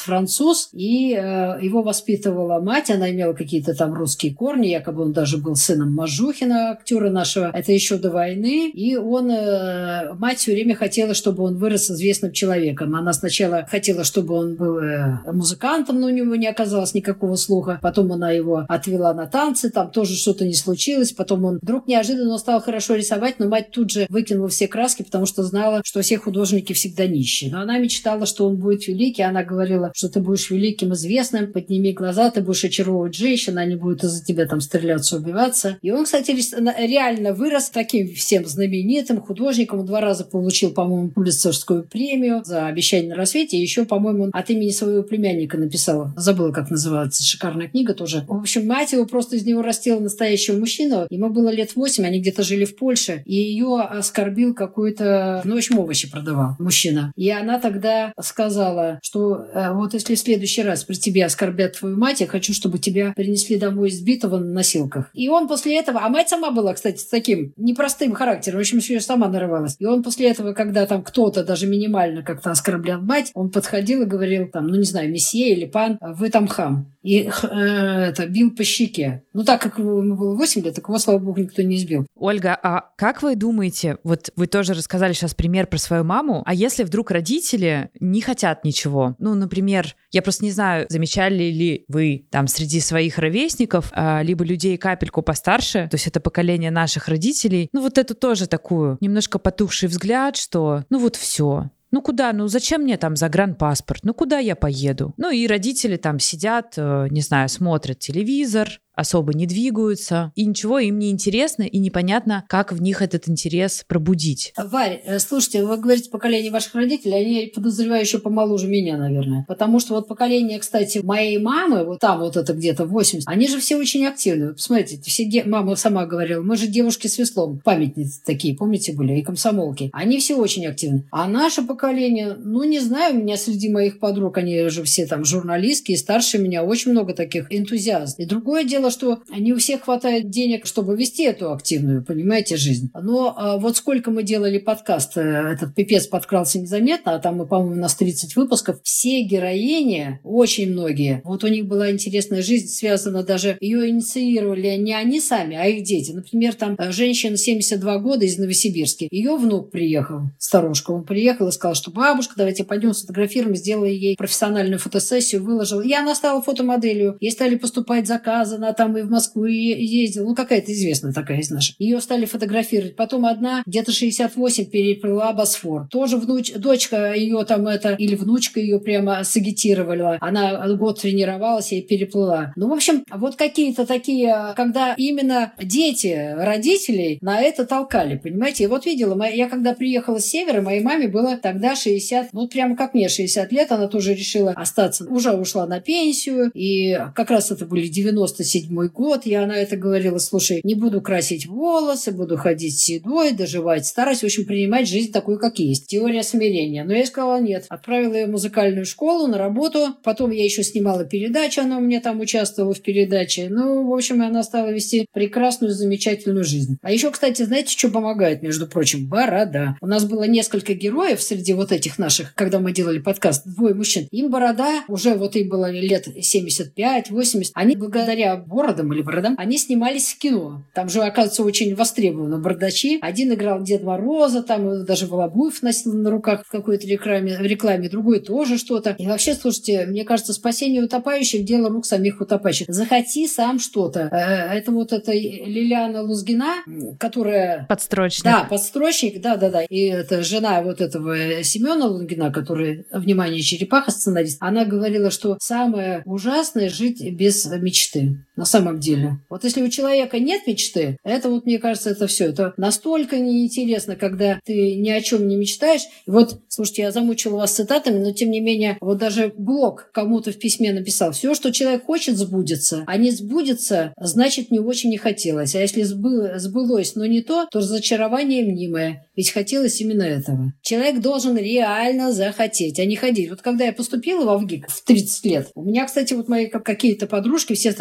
француз, и э, его воспитывала мать, она имела какие-то там русские корни, якобы он даже был сыном Мажухина, актера нашего, это еще до войны, и он, э, мать все время хотела, чтобы он вырос известным человеком. Она сначала хотела, чтобы он был э, музыкантом, но у него не оказалось никакого слуха, потом она его отвела на танцы, там тоже что-то не случилось, потом он вдруг неожиданно стал хорошо рисовать, но мать тут же выкинула все краски, потому что знала, что все художники всегда нищие. Но она мечтала, что он будет великий, она говорила, что ты будешь великим, известным, подними глаза, ты будешь очаровывать женщин, они будут из-за тебя там стреляться, убиваться. И он, кстати, реально вырос таким всем знаменитым художником. Он два раза получил, по-моему, Пулитцеровскую премию за «Обещание на рассвете», и еще, по-моему, он от имени своего племянника написал. Забыла, как называется. Шикарная книга тоже. В общем, мать его просто из него растила настоящего мужчину. Ему было лет восемь, они где-то жили в Польше, и ее оскорбил какой-то, ну, в общем, овощи продавал мужчина. И она тогда сказала, что э, вот если в следующий раз при тебе оскорбят твою мать, я хочу, чтобы тебя принесли домой избитого на носилках. И он после этого, а мать сама была, кстати, с таким непростым характером, в общем, все сама нарывалась. И он после этого, когда там кто-то даже минимально как-то оскорблял мать, он подходил и говорил там, ну, не знаю, месье или пан, вы там хам. И э, это, бил по щеке. Ну, так как ему было восемь лет, так его, слава богу, никто не избил. Ольга, а как вы думаете, вот вы тоже рассказали сейчас пример про свою маму, а если вдруг родители не хотят ничего? Ну, например, я просто не знаю, замечали ли вы там среди своих ровесников, а, либо людей капельку постарше, то есть это поколение наших родителей, ну, вот эту тоже такую немножко потухший взгляд, что ну вот все. Ну куда? Ну зачем мне там загранпаспорт? Ну куда я поеду? Ну и родители там сидят, э, не знаю, смотрят телевизор, особо не двигаются, и ничего им не интересно, и непонятно, как в них этот интерес пробудить. Варь, слушайте, вы говорите поколение ваших родителей, они, подозреваю, еще помоложе меня, наверное. Потому что вот поколение, кстати, моей мамы, вот там вот это где-то восемьдесят, они же все очень активны. Посмотрите, все де... мама сама говорила, мы же девушки с веслом, памятницы такие, помните, были, и комсомолки. Они все очень активны. А наше поколение, ну, не знаю, у меня среди моих подруг, они же все там журналистки, и старше меня очень много таких энтузиастов. И другое дело, что не у всех хватает денег, чтобы вести эту активную, понимаете, жизнь. Но а, вот сколько мы делали подкаст, этот «Пипец подкрался незаметно», а там, мы, по-моему, у нас тридцать выпусков, все героини, очень многие, вот у них была интересная жизнь, связана даже, ее инициировали не они сами, а их дети. Например, там женщина семьдесят два года из Новосибирска, ее внук приехал, старушка, он приехал и сказал, что бабушка, давайте пойдем сфотографируем, сделали ей профессиональную фотосессию, выложил. И она стала фотомоделью, ей стали поступать заказы, она там и в Москву ездила, ну какая-то известная такая из наших. Ее стали фотографировать. Потом одна где-то шестьдесят восемь переплыла Босфор. Тоже внуч... дочка ее там это, или внучка ее прямо сагитировала. Она год тренировалась и переплыла. Ну, в общем, вот какие-то такие, когда именно дети родителей на это толкали, понимаете? И вот видела, я когда приехала с севера, моей маме было тогда шестьдесят, ну прямо как мне, шестьдесят лет, она тоже решила остаться. Уже ушла на пенсию, и как раз это были девяносто седьмой год, и она это говорила, слушай, не буду красить волосы, буду ходить седой, доживать старость, в общем, принимать жизнь такой, как есть. Теория смирения. Но я сказала нет. Отправила ее в музыкальную школу на работу, потом я еще снимала передачу, она у меня там участвовала в передаче. Ну, в общем, она стала вести прекрасную, замечательную жизнь. А еще, кстати, знаете, что помогает, между прочим? Борода. У нас было несколько героев среди вот этих наших, когда мы делали подкаст, двое мужчин. Им борода, уже вот им было лет семьдесят пять восемьдесят, они благодаря бородам или бородам, они снимались в кино. Там же, оказывается, очень востребованы бородачи. Один играл Деда Мороза, там даже Волобуев носил на руках в какой-то рекламе, в рекламе, другой тоже что-то. И вообще, слушайте, мне кажется, спасение утопающих — дело рук самих утопающих. Захоти сам что-то. Это вот эта Лилиана Лузгина, которая... Подстрочник. Да, подстрочник, да-да-да. И это жена вот этого Семена Лузгина, который, внимание, черепаха, сценарист, она говорила, что самое ужасное — жить без мечты. На самом деле. Вот если у человека нет мечты, это вот, мне кажется, это все. Это настолько неинтересно, когда ты ни о чем не мечтаешь. И вот, слушайте, я замучила вас цитатами, но тем не менее, вот даже Блок кому-то в письме написал: все, что человек хочет, сбудется. А не сбудется, значит, не очень не хотелось. А если сбыло, сбылось, но не то, то разочарование мнимое. Ведь хотелось именно этого. Человек должен реально захотеть, а не ходить. Вот когда я поступила в ВГИК в тридцать лет, у меня, кстати, вот мои какие-то подружки все стали: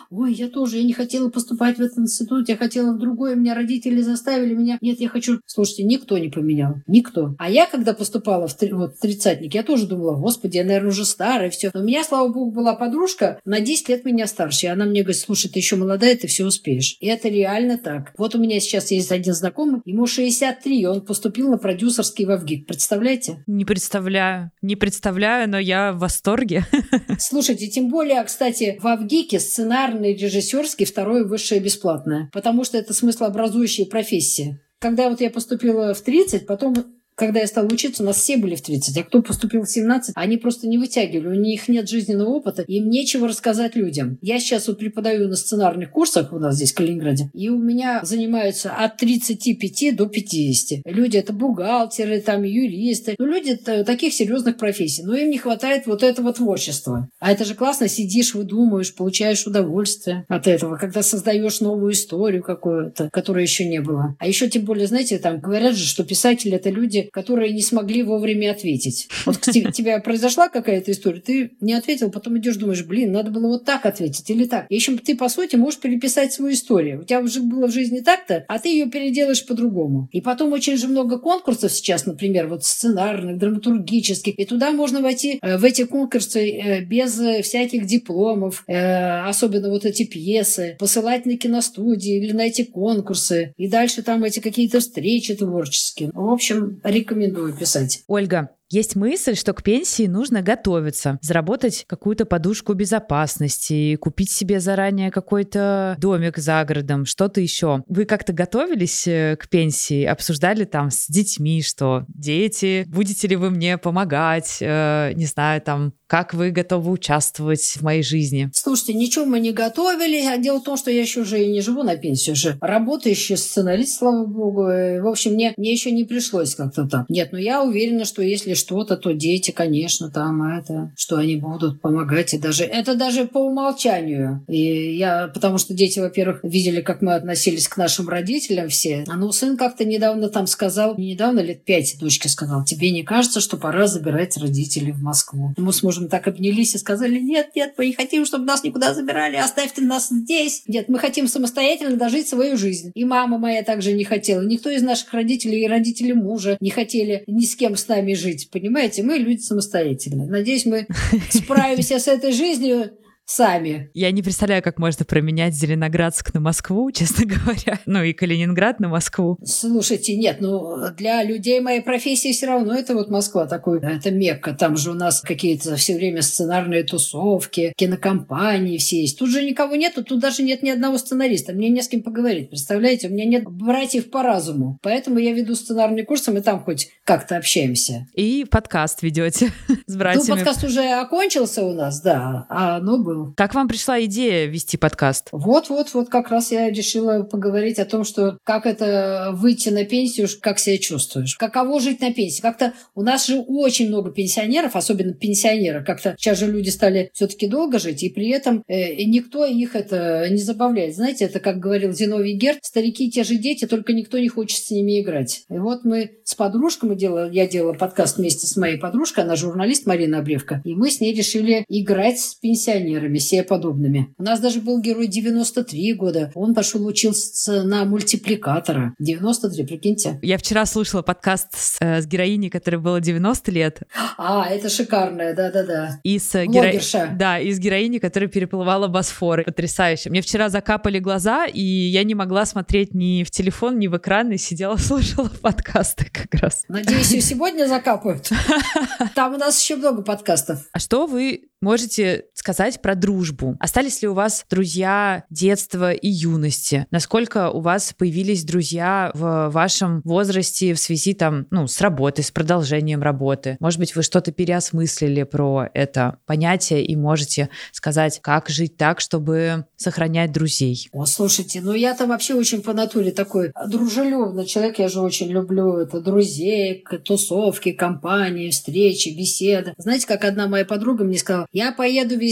ой, я тоже, я не хотела поступать в этот институт, я хотела в другой, меня родители заставили меня. Нет, я хочу... Слушайте, никто не поменял. Никто. А я, когда поступала в три, вот, тридцатник, я тоже думала, господи, я, наверное, уже старая, все. Но у меня, слава богу, была подружка на десять лет меня старше. И она мне говорит, слушай, ты еще молодая, ты все успеешь. И это реально так. Вот у меня сейчас есть один знакомый, ему шестьдесят три, и он поступил на продюсерский в ВГИК. Представляете? Не представляю. Не представляю, но я в восторге. Слушайте, тем более, кстати, в ВГИКе сценарный, режиссерский, второе высшее бесплатное. Потому что это смыслообразующие профессии. Когда вот я поступила в тридцать, потом... Когда я стала учиться, у нас все были в тридцать, а кто поступил в семнадцать, они просто не вытягивали, у них нет жизненного опыта, им нечего рассказать людям. Я сейчас вот преподаю на сценарных курсах у нас здесь, в Калининграде, и у меня занимаются от тридцати пяти до пятидесяти. Люди — это бухгалтеры, там, юристы, ну, люди таких серьезных профессий, но им не хватает вот этого творчества. А это же классно, сидишь, выдумываешь, получаешь удовольствие от этого, когда создаешь новую историю какую-то, которой еще не было. А еще тем более, знаете, там говорят же, что писатели — это люди, которые не смогли вовремя ответить. Вот у тебя произошла какая-то история, ты не ответил, потом идешь, думаешь, блин, надо было вот так ответить или так. И еще ты, по сути, можешь переписать свою историю. У тебя уже было в жизни так-то, а ты ее переделаешь по-другому. И потом очень же много конкурсов сейчас, например, вот сценарных, драматургических, и туда можно войти в эти конкурсы без всяких дипломов, особенно вот эти пьесы, посылать на киностудии или на эти конкурсы, и дальше там эти какие-то встречи творческие. В общем, рекомендую писать. Ольга, есть мысль, что к пенсии нужно готовиться, заработать какую-то подушку безопасности, купить себе заранее какой-то домик за городом, что-то еще. Вы как-то готовились к пенсии, обсуждали там с детьми, что дети, будете ли вы мне помогать, э, не знаю, там, как вы готовы участвовать в моей жизни? Слушайте, ничего мы не готовили. А дело в том, что я еще уже и не живу на пенсию, уже работающий сценарист, слава богу. В общем, мне, мне еще не пришлось как-то так. Нет, но я уверена, что если что-то, то дети, конечно, там это, что они будут помогать. И даже это даже по умолчанию. И я, потому что дети, во-первых, видели, как мы относились к нашим родителям все. А ну, сын как-то недавно там сказал, недавно, лет пять, дочке сказал, тебе не кажется, что пора забирать родителей в Москву? Мы с мужем так обнялись и сказали, нет, нет, мы не хотим, чтобы нас никуда забирали, оставьте нас здесь. Нет, мы хотим самостоятельно дожить свою жизнь. И мама моя также не хотела. Никто из наших родителей и родителей мужа не хотели ни с кем с нами жить. Понимаете, мы люди самостоятельные. Надеюсь, мы справимся с этой жизнью сами. Я не представляю, как можно променять Зеленоградск на Москву, честно говоря. Ну и Калининград на Москву. Слушайте, нет, ну для людей моей профессии все равно это вот Москва такой, это Мекка. Там же у нас какие-то все время сценарные тусовки, кинокомпании все есть. Тут же никого нету, тут даже нет ни одного сценариста. Мне не с кем поговорить, представляете? У меня нет братьев по разуму. Поэтому я веду сценарный курс, и мы там хоть как-то общаемся. И подкаст ведете с братьями. Ну, подкаст уже окончился у нас, да, а оно было. Как вам пришла идея вести подкаст? Вот-вот-вот как раз я решила поговорить о том, что как это выйти на пенсию, как себя чувствуешь. Каково жить на пенсии? Как-то у нас же очень много пенсионеров, особенно пенсионеры. Как-то сейчас же люди стали все-таки долго жить, и при этом э, никто их это не забавляет. Знаете, это, как говорил Зиновий Герд, старики те же дети, только никто не хочет с ними играть. И вот мы с подружкой, мы делали, я делала подкаст вместе с моей подружкой, она журналист Марина Обревка, и мы с ней решили играть с пенсионерами, себе подобными. У нас даже был герой девяносто три года. Он пошел учиться на мультипликатора. девяносто три, прикиньте. Я вчера слушала подкаст с, э, с героиней, которой было девяносто лет. А, это шикарная, да-да-да. И с геро... Да, и с героиней, которая переплывала Босфор. Потрясающе. Мне вчера закапали глаза, и я не могла смотреть ни в телефон, ни в экран, и сидела, слушала подкасты как раз. Надеюсь, и сегодня закапают. Там у нас еще много подкастов. А что вы можете сказать про дружбу? Остались ли у вас друзья детства и юности? Насколько у вас появились друзья в вашем возрасте в связи там, ну, с работой, с продолжением работы? Может быть, вы что-то переосмыслили про это понятие и можете сказать, как жить так, чтобы сохранять друзей? О, слушайте, ну я-то вообще очень по натуре такой дружелюбный человек. Я же очень люблю это друзей, тусовки, компании, встречи, беседы. Знаете, как одна моя подруга мне сказала, я поеду везде, где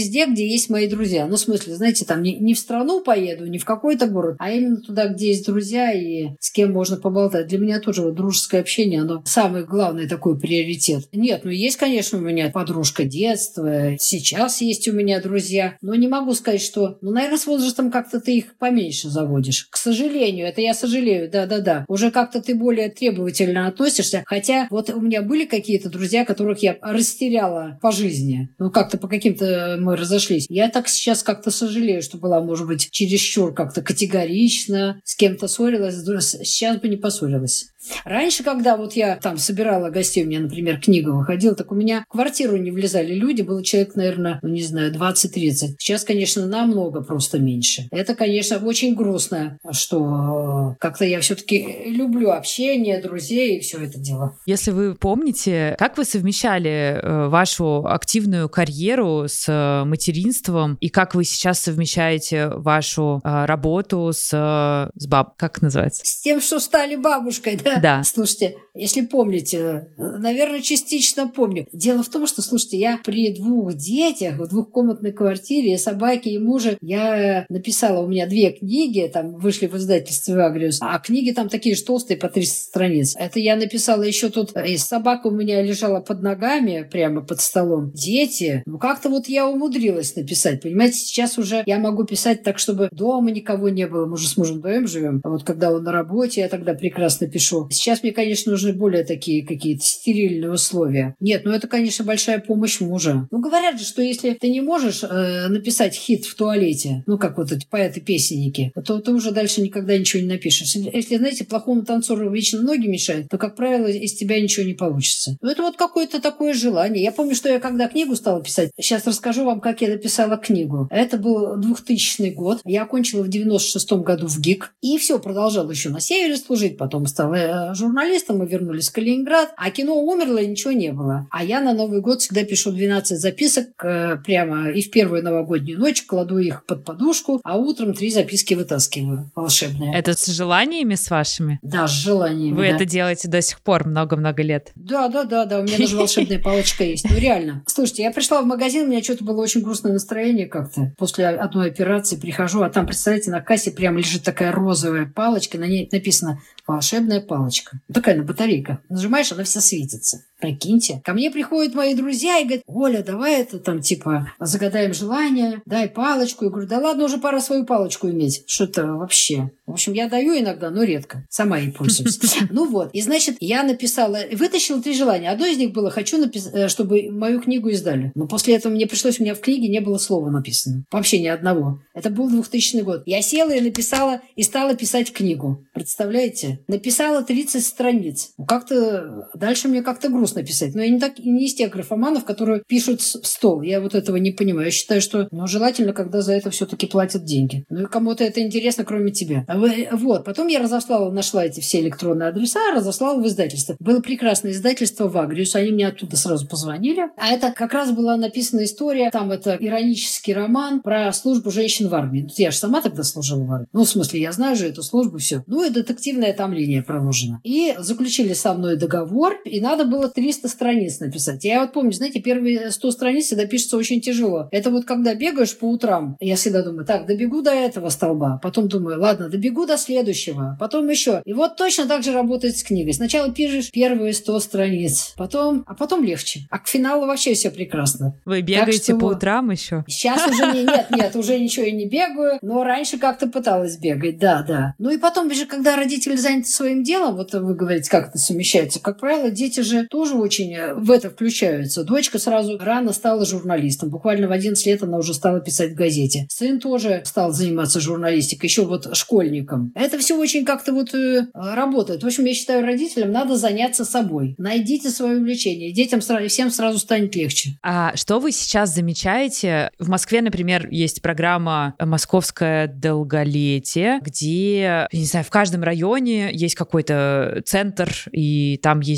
где есть мои друзья. Ну, в смысле, знаете, там не, не в страну поеду, не в какой-то город, а именно туда, где есть друзья и с кем можно поболтать. Для меня тоже вот дружеское общение, оно самый главный такой приоритет. Нет, ну есть, конечно, у меня подружка детства, сейчас есть у меня друзья, но не могу сказать, что, ну, наверное, с возрастом как-то ты их поменьше заводишь. К сожалению, это я сожалею, да-да-да. Уже как-то ты более требовательно относишься, хотя вот у меня были какие-то друзья, которых я растеряла по жизни. Ну, как-то по каким-то мы разошлись. Я так сейчас как-то сожалею, что была, может быть, чересчур как-то категорично, с кем-то ссорилась, сейчас бы не поссорилась. Раньше, когда вот я там собирала гостей, у меня, например, книга выходила, так у меня в квартиру не влезали люди, было человек, наверное, ну, не знаю, двадцать-тридцать. Сейчас, конечно, намного просто меньше. Это, конечно, очень грустно, что как-то я все-таки люблю общение, друзей и все это дело. Если вы помните, как вы совмещали э, вашу активную карьеру с э, материнством, и как вы сейчас совмещаете вашу э, работу с, э, с баб... Как называется? С тем, что стали бабушкой, да? Да. Слушайте, если помните, наверное, частично помню. Дело в том, что, слушайте, я при двух детях, в двухкомнатной квартире, и собаке, и муже, я написала, у меня две книги, там вышли в издательстве «Агриус», а книги там такие же толстые, по триста страниц. Это я написала еще тут, и собака у меня лежала под ногами, прямо под столом. Дети, ну как-то вот я умудрилась написать, понимаете, сейчас уже я могу писать так, чтобы дома никого не было, мы уже с мужем вдвоем живем, а вот когда он на работе, я тогда прекрасно пишу. Сейчас мне, конечно, нужны более такие какие-то стерильные условия. Нет, ну это, конечно, большая помощь мужа. Ну говорят же, что если ты не можешь э, написать хит в туалете, ну как вот эти поэты-песенники, то ты уже дальше никогда ничего не напишешь. Если, знаете, плохому танцору вечно ноги мешают, то, как правило, из тебя ничего не получится. Ну это вот какое-то такое желание. Я помню, что я когда книгу стала писать, сейчас расскажу вам, как я написала книгу. Это был двухтысячный год. Я окончила в девяносто шестом году в ГИК. И все, продолжала еще на севере служить, потом стала журналистом, мы вернулись в Калининград, а кино умерло, и ничего не было. А я на Новый год всегда пишу двенадцать записок э, прямо и в первую новогоднюю ночь кладу их под подушку, а утром три записки вытаскиваю волшебные. Это с желаниями с вашими? Да, с желаниями. Вы да. это делаете до сих пор, много-много лет? Да, да, да, да, у меня даже волшебная палочка есть. Ну реально. Слушайте, я пришла в магазин, у меня что-то было очень грустное настроение как-то. После одной операции прихожу, а там, представляете, на кассе прямо лежит такая розовая палочка, на ней написано «волшебная палочка». Такая на батарейка. Нажимаешь, она вся светится. Прикиньте. Ко мне приходят мои друзья и говорят: Оля, давай это там типа загадаем желание, дай палочку. Я говорю: да ладно, уже пора свою палочку иметь. Что-то вообще. В общем, я даю иногда, но редко. Сама ей пользуюсь. Ну вот. И значит, я написала, вытащила три желания. Одно из них было: хочу, чтобы мою книгу издали. Но после этого мне пришлось, у меня в книге не было слова написано. Вообще ни одного. Это был двухтысячный год. Я села и написала, и стала писать книгу. Представляете? Написала тридцать страниц. Как-то дальше мне как-то грустно написать. Но я не, так, не из тех графоманов, которые пишут в стол. Я вот этого не понимаю. Я считаю, что ну, желательно, когда за это все-таки платят деньги. Ну и кому-то это интересно, кроме тебя. Вот. Потом я разослала, нашла эти все электронные адреса, разослала в издательство. Было прекрасное издательство в Агриус. Они мне оттуда сразу позвонили. А это как раз была написана история. Там это иронический роман про службу женщин в армии. Я же сама тогда служила в армии. Ну, в смысле, я знаю же эту службу, все. Ну и детективная там линия проложена. И заключили со мной договор, и надо было триста страниц написать. Я вот помню, знаете, первые сто страниц всегда пишется очень тяжело. Это вот когда бегаешь по утрам, я всегда думаю: так, добегу до этого столба, потом думаю: ладно, добегу до следующего, потом еще. И вот точно так же работает с книгой. Сначала пишешь первые сто страниц, потом, а потом легче. А к финалу вообще все прекрасно. Вы бегаете что... по утрам еще? Сейчас уже не, нет, нет, уже ничего я не бегаю, но раньше как-то пыталась бегать, да, да. Ну и потом же, когда родители заняты своим делом, вот вы говорите, как это совмещается, как правило, дети же тоже очень в это включаются. Дочка сразу рано стала журналистом. Буквально в одиннадцать лет она уже стала писать в газете. Сын тоже стал заниматься журналистикой, еще вот школьником. Это все очень как-то вот э, работает. В общем, я считаю, родителям надо заняться собой. Найдите свое увлечение. Детям сразу, всем сразу станет легче. А что вы сейчас замечаете? В Москве, например, есть программа «Московское долголетие», где, не знаю, в каждом районе есть какой-то центр, и там есть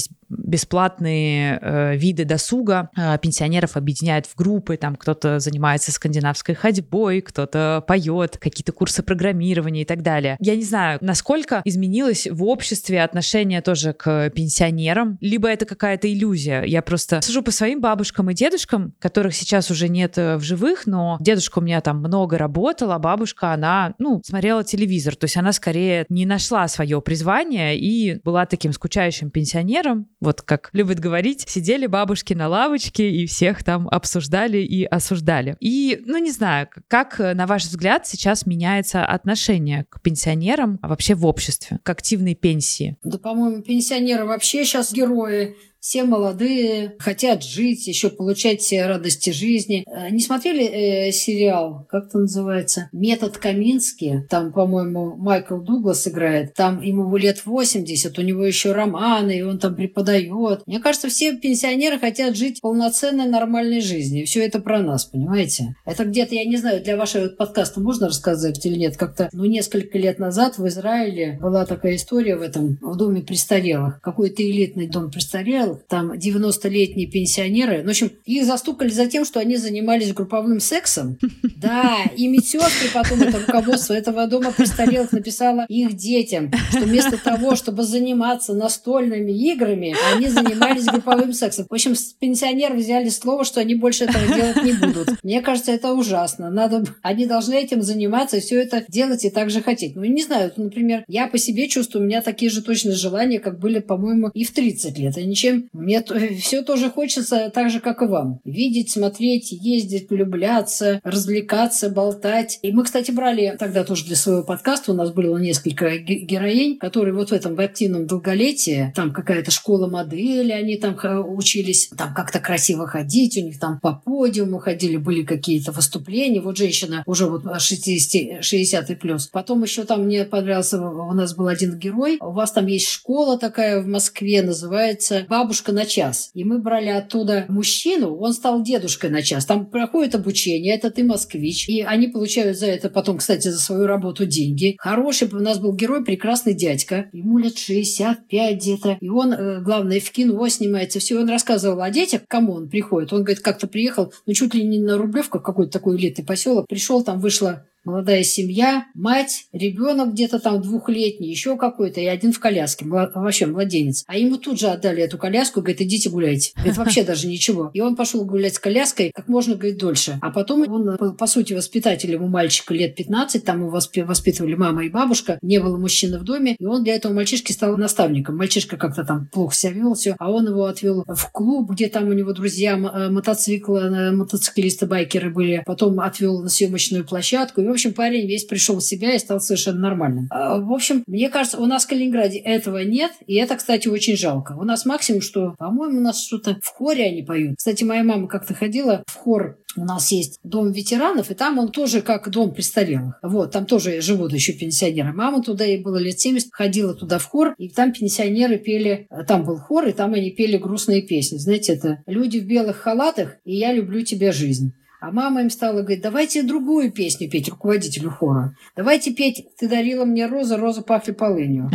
бесплатные э, виды досуга. Э, пенсионеров объединяют в группы, там кто-то занимается скандинавской ходьбой, кто-то поет, какие-то курсы программирования и так далее. Я не знаю, насколько изменилось в обществе отношение тоже к пенсионерам, либо это какая-то иллюзия. Я просто сужу по своим бабушкам и дедушкам, которых сейчас уже нет в живых, но дедушка у меня там много работал, а бабушка, она, ну, смотрела телевизор, то есть она скорее не нашла свое призвание и была таким скучающим пенсионером, вот как любят говорить, сидели бабушки на лавочке и всех там обсуждали и осуждали. И, ну, не знаю, как, на ваш взгляд, сейчас меняется отношение к пенсионерам, а вообще в обществе, к активной пенсии? Да, по-моему, пенсионеры вообще сейчас герои. Все молодые, хотят жить, еще получать все радости жизни. Не смотрели э, сериал, как это называется? «Метод Камински». Там, по-моему, Майкл Дуглас играет. Там ему лет восемьдесят, у него еще романы, и он там преподает. Мне кажется, все пенсионеры хотят жить полноценной, нормальной жизнью. И все это про нас, понимаете? Это где-то, я не знаю, для вашего подкаста можно рассказать или нет? Как-то, ну, несколько лет назад в Израиле была такая история в этом, в доме престарелых. Какой-то элитный дом престарелых. Там девяностолетние пенсионеры. В общем, их застукали за тем, что они занимались групповым сексом. Да, и медсестры потом, это руководство этого дома престарелых написало их детям, что вместо того, чтобы заниматься настольными играми, они занимались групповым сексом. В общем, пенсионеры взяли слово, что они больше этого делать не будут. Мне кажется, это ужасно. Надо, они должны этим заниматься и все это делать и так же хотеть. Ну, не знаю, например, я по себе чувствую, у меня такие же точно желания, как были, по-моему, и в тридцать лет. И ничем мне все тоже хочется так же, как и вам. Видеть, смотреть, ездить, влюбляться, развлекаться, болтать. И мы, кстати, брали тогда тоже для своего подкаста, у нас было несколько героинь, которые вот в этом в активном долголетии, там какая-то школа модели, они там учились там как-то красиво ходить, у них там по подиуму ходили, были какие-то выступления. Вот женщина уже вот шестьдесят, шестьдесят и плюс. Потом еще там мне понравился, у нас был один герой, у вас там есть школа такая в Москве, называется «Бабушка на час». И мы брали оттуда мужчину, он стал дедушкой на час. Там проходит обучение, это ты москвич. И они получают за это потом, кстати, за свою работу деньги. Хороший у нас был герой, прекрасный дядька. Ему лет шестьдесят пять где-то. И он, главное, в кино снимается. Все, он рассказывал о детях, к кому он приходит. Он, говорит, как-то приехал, ну, чуть ли не на Рублевку, какой-то такой элитный поселок. Пришел, там вышла молодая семья, мать, ребенок где-то там двухлетний, еще какой-то, и один в коляске, млад... вообще младенец. А ему тут же отдали эту коляску, говорит, идите гуляйте. Говорит, вообще даже ничего. И он пошел гулять с коляской как можно, говорит, дольше. А потом он, по сути, воспитатель ему мальчика лет пятнадцать, там его воспитывали мама и бабушка, не было мужчины в доме, и он для этого мальчишки стал наставником. Мальчишка как-то там плохо себя вел, все, а он его отвел в клуб, где там у него друзья мотоциклы, мотоциклисты, байкеры были, потом отвел на съемочную площадку, и в общем, парень весь пришел в себя и стал совершенно нормальным. В общем, мне кажется, у нас в Калининграде этого нет, и это, кстати, очень жалко. У нас максимум, что, по-моему, у нас что-то в хоре они поют. Кстати, моя мама как-то ходила в хор. У нас есть дом ветеранов, и там он тоже как дом престарелых. Вот, там тоже живут еще пенсионеры. Мама туда, ей было лет семьдесят, ходила туда в хор, и там пенсионеры пели, там был хор, и там они пели грустные песни. Знаете, это «Люди в белых халатах» и «Я люблю тебя, жизнь». А мама им стала говорить, давайте другую песню петь руководителю хора. Давайте петь «Ты дарила мне розы, розы пахли полынью».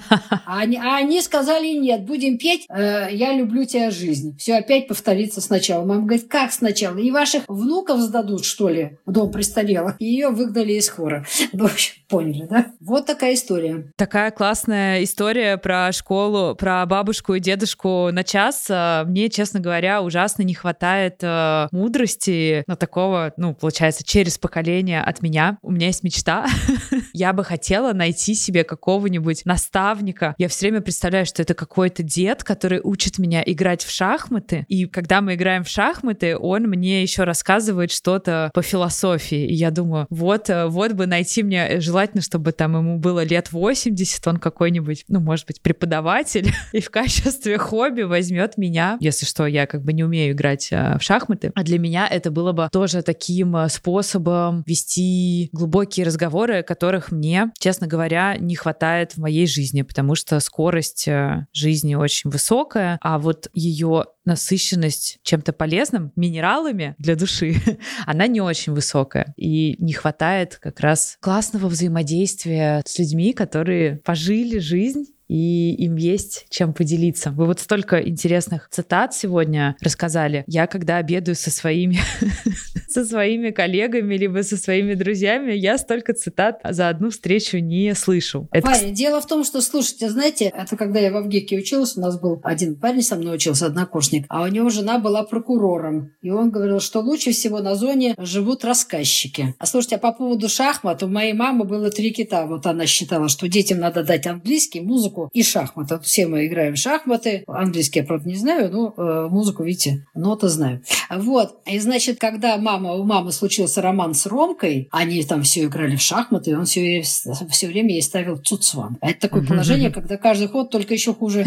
А они, а они сказали нет, будем петь э, «Я люблю тебя, жизнь». Все опять повторится сначала. Мама говорит, как сначала? И ваших внуков сдадут, что ли, в дом престарелых? И ее выгнали из хора. В общем, поняли, да? Вот такая история. Такая классная история про школу, про бабушку и дедушку на час. Мне, честно говоря, ужасно не хватает э, мудрости, но такого, ну, получается, через поколение от меня. У меня есть мечта. Я бы хотела найти себе какого-нибудь наставника. Я все время представляю, что это какой-то дед, который учит меня играть в шахматы. И когда мы играем в шахматы, он мне еще рассказывает что-то по философии. И я думаю, вот, вот бы найти мне, желательно, чтобы там ему было лет восемьдесят, он какой-нибудь, ну, может быть, преподаватель, и в качестве хобби возьмет меня. Если что, я как бы не умею играть а, в шахматы. А для меня это было бы тоже таким способом вести глубокие разговоры, которых мне, честно говоря, не хватает в моей жизни, потому что скорость жизни очень высокая, а вот ее насыщенность чем-то полезным, минералами для души, она не очень высокая. И не хватает как раз классного взаимодействия с людьми, которые пожили жизнь и им есть чем поделиться. Вы вот столько интересных цитат сегодня рассказали. Я, когда обедаю со своими, со своими коллегами, либо со своими друзьями, я столько цитат за одну встречу не слышу. Это... Ваня, дело в том, что, слушайте, знаете, это когда я в ВГИКе училась, у нас был один парень со мной учился, однокурсник, а у него жена была прокурором. И он говорил, что лучше всего на зоне живут рассказчики. А слушайте, а по поводу шахмат, у моей мамы было три кита. Вот она считала, что детям надо дать английский, музыку и шахматы. Вот все мы играем в шахматы. Английский я, правда, не знаю, но э, музыку, видите, ноты знаю. Вот. И, значит, когда мама, у мамы случился роман с Ромкой, они там все играли в шахматы, и он все, все время ей ставил цуцван. Это такое положение, когда каждый ход только еще хуже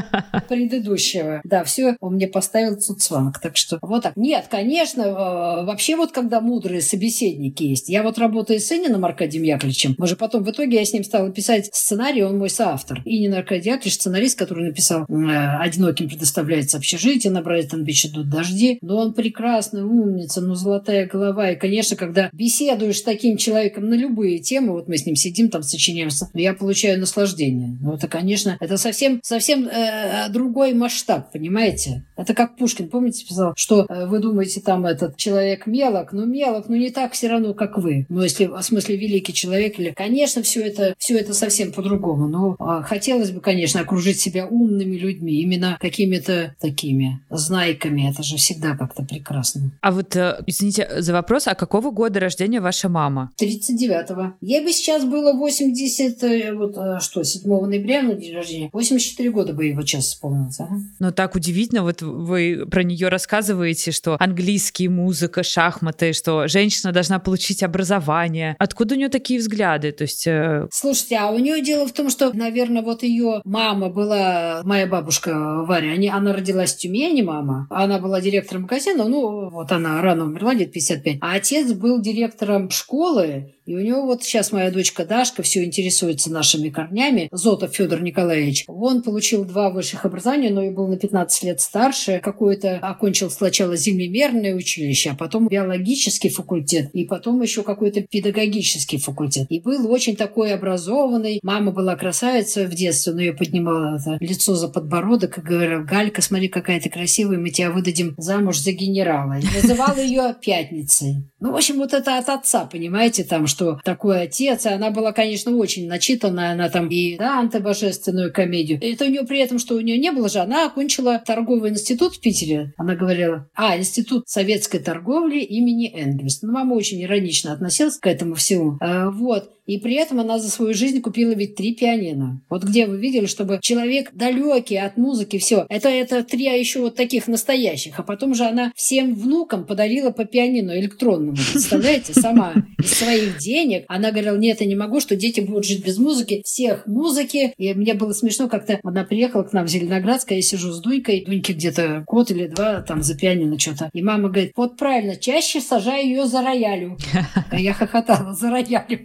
предыдущего. Да, все, он мне поставил цуцванг. Так что вот так. Нет, конечно, вообще вот когда мудрые собеседники есть. Я вот работаю с Ининым Аркадием Яковлевичем. Мы же потом, в итоге я с ним стала писать сценарий, он мой соавтор. Инин Аркадий Яковлевич, сценарист, который написал «Одиноким предоставляется общежитие», «На Брайтон-Бич идут дожди». Но он прекрасный, умница, ну золотая голова. И, конечно, когда беседуешь с таким человеком на любые темы, вот мы с ним сидим, там сочиняемся, я получаю наслаждение. Ну это, конечно, это совсем, совсем э, другой масштаб, понимаете? Это как Пушкин, помните, писал, что э, вы думаете, там этот человек мелок, но мелок, но не так все равно, как вы. Ну, если в смысле великий человек, или, конечно, все это, все это совсем по-другому. Но э, хотелось бы, конечно, окружить себя умными людьми, именно какими-то такими знайками. Это же всегда как-то прекрасно. А вот, э, извините за вопрос, а какого года рождения ваша мама? тридцать девятого. Ей бы сейчас было восемьдесят, вот что, седьмого ноября, ну, день рождения, восемьдесят четыре года бы его сейчас вспомнилось. Ага. Ну, так удивительно, вот вы про нее рассказываете, что английский, музыка, шахматы, что женщина должна получить образование. Откуда у нее такие взгляды? То есть... Э... Слушайте, а у нее дело в том, что, наверное, вот ее мама была, моя бабушка Варя, они, она родилась в Тюмени, мама, она была директором магазина, ну, вот она рано умерла, лет пятьдесят пять, а отец был директором школы, и у него вот сейчас моя дочка Дашка все интересуется нашими корнями. Зотов Федор Николаевич. Он получил два высших образования, но и был на пятнадцать лет старше. Какое-то окончил сначала землемерное училище, а потом биологический факультет, и потом еще какой-то педагогический факультет. И был очень такой образованный. Мама была красавица в детстве, но ее поднимала это лицо за подбородок и говорила: «Галька, смотри, какая ты красивая, мы тебя выдадим замуж за генерала». И называла ее Пятницей. Ну, в общем, вот это от отца, понимаете, там, что такой отец. И она была, конечно, очень начитанная. Она там и Данте, божественную комедию. Это у нее при этом, что у нее не было же. Она окончила торговый институт в Питере. Она говорила, а, институт советской торговли имени Энгельса. Ну, мама очень иронично относилась к этому всему. А, вот. И при этом она за свою жизнь купила ведь три пианино. Вот где вы видели, чтобы человек далекий от музыки, все. Это, это три, а еще вот таких настоящих. А потом же она всем внукам подарила по пианино электронному. Представляете? Сама из своих денег. Она говорила, нет, я не могу, что дети будут жить без музыки. Всех музыки. И мне было смешно, как-то она приехала к нам в Зеленоградск, я сижу с Дунькой. Дуньке где-то год или два там за пианино что-то. И мама говорит, вот правильно, чаще сажай ее за роялю. А я хохотала, за роялю.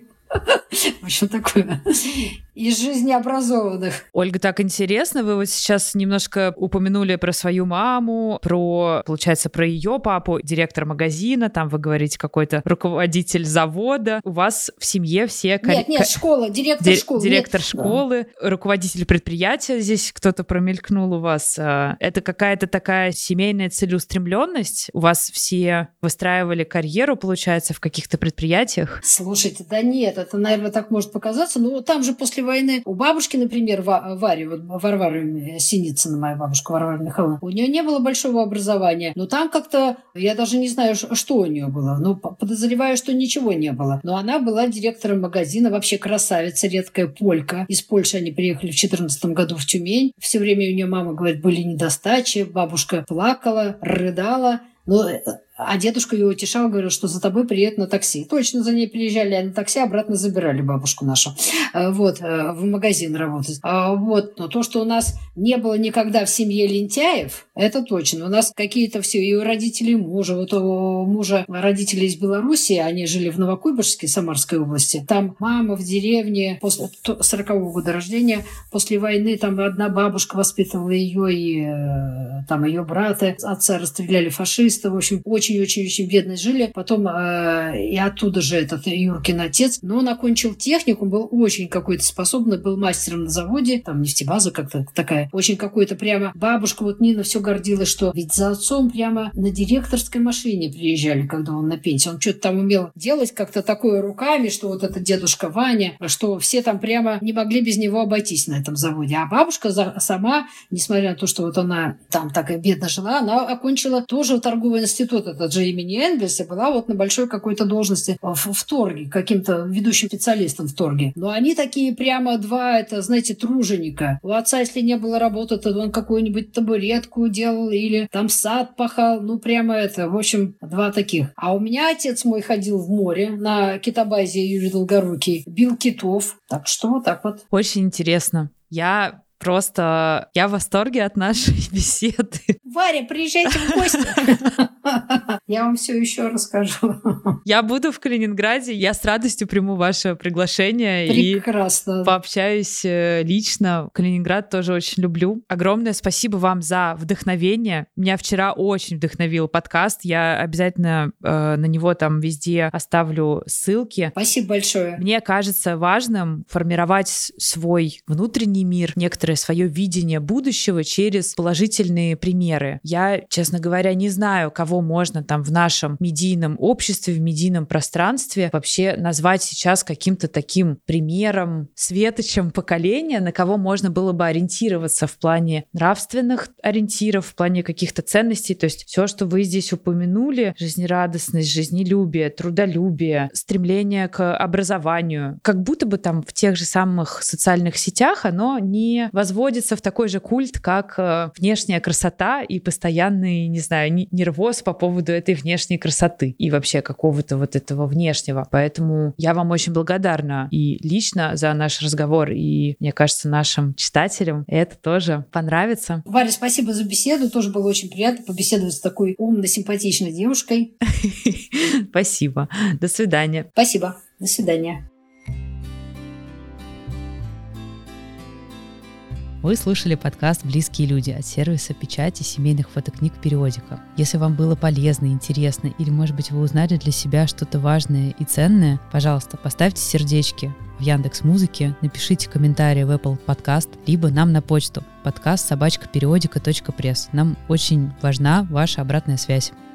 В общем, такое. Из жизни образованных. Ольга, так интересно, вы вот сейчас немножко упомянули про свою маму, про, получается, про ее папу, директор магазина, там вы говорите, какой-то руководитель завода. У вас в семье все... Нет, нет, школа, директор Ди- школы. Директор нет. школы, да. Руководитель предприятия, здесь кто-то промелькнул у вас. Это какая-то такая семейная целеустремленность? У вас все выстраивали карьеру, получается, в каких-то предприятиях? Слушайте, да нет, это, наверное, так может показаться, но там же после войны у бабушки, например, Вари, вот Варвары Синицына, моя бабушка Варвара Михайловна, у нее не было большого образования, но там как-то, я даже не знаю, что у нее было, но подозреваю, что ничего не было. Но она была директором магазина, вообще красавица, редкая полька. Из Польши они приехали в четырнадцатом году в Тюмень. Все время у нее, мама говорит, были недостачи, бабушка плакала, рыдала. Но, а дедушка ее утешал, говорил, что за тобой приедут на такси. Точно за ней приезжали, а на такси обратно забирали бабушку нашу. Вот, в магазин работать. Вот. Но то, что у нас не было никогда в семье лентяев, это точно. У нас какие-то все, и у родителей мужа. Вот у мужа родители из Белоруссии, они жили в Новокуйбышевске, Самарской области. Там мама в деревне, после сорокового года рождения, после войны, там одна бабушка воспитывала ее, и там ее брата, отца расстреляли фашисты. В общем, очень очень-очень-очень бедно жили. Потом э, и оттуда же этот Юркин отец. Но он окончил техникум, был очень какой-то способный, был мастером на заводе, там нефтебаза как-то такая. Очень какой-то прямо... Бабушка вот Нина все гордилась, что ведь за отцом прямо на директорской машине приезжали, когда он на пенсии. Он что-то там умел делать как-то такое руками, что вот это дедушка Ваня, что все там прямо не могли без него обойтись на этом заводе. А бабушка за, сама, несмотря на то, что вот она там так и бедно жила, она окончила тоже торговый институт, этот же имени Энгельса, была вот на большой какой-то должности в, в торге, каким-то ведущим специалистом в торге. Но они такие прямо два, это, знаете, труженика. У отца, если не было работы, то он какую-нибудь табуретку делал или там сад пахал. Ну, прямо это, в общем, два таких. А у меня отец мой ходил в море на китобазе Юрий Долгорукий, бил китов. Так что вот так вот. Очень интересно. Я просто... Я в восторге от нашей беседы. Варя, приезжайте в гости. Я вам все еще расскажу. Я буду в Калининграде, я с радостью приму ваше приглашение. Прекрасно. И пообщаюсь лично. Калининград тоже очень люблю. Огромное спасибо вам за вдохновение. Меня вчера очень вдохновил подкаст. Я обязательно э, на него там везде оставлю ссылки. Спасибо большое. Мне кажется важным формировать свой внутренний мир, некоторое свое видение будущего через положительные примеры. Я, честно говоря, не знаю, кого можно там в нашем медийном обществе, в медийном пространстве вообще назвать сейчас каким-то таким примером, светочем поколения, на кого можно было бы ориентироваться в плане нравственных ориентиров, в плане каких-то ценностей. То есть все, что вы здесь упомянули, жизнерадостность, жизнелюбие, трудолюбие, стремление к образованию, как будто бы там в тех же самых социальных сетях оно не возводится в такой же культ, как внешняя красота и постоянный, не знаю, нервоз по поводу этой внешней красоты и вообще какого-то вот этого внешнего. Поэтому я вам очень благодарна и лично за наш разговор, и, мне кажется, нашим читателям это тоже понравится. Варя, спасибо за беседу. Тоже было очень приятно побеседовать с такой умной, симпатичной девушкой. Спасибо. До свидания. Спасибо. До свидания. Вы слушали подкаст «Близкие люди» от сервиса печати семейных фотокниг «Периодика». Если вам было полезно, интересно или, может быть, вы узнали для себя что-то важное и ценное, пожалуйста, поставьте сердечки в Яндекс.Музыке, напишите комментарий в Apple Podcast, либо нам на почту подкаст собачка периодика точка пресс. Нам очень важна ваша обратная связь.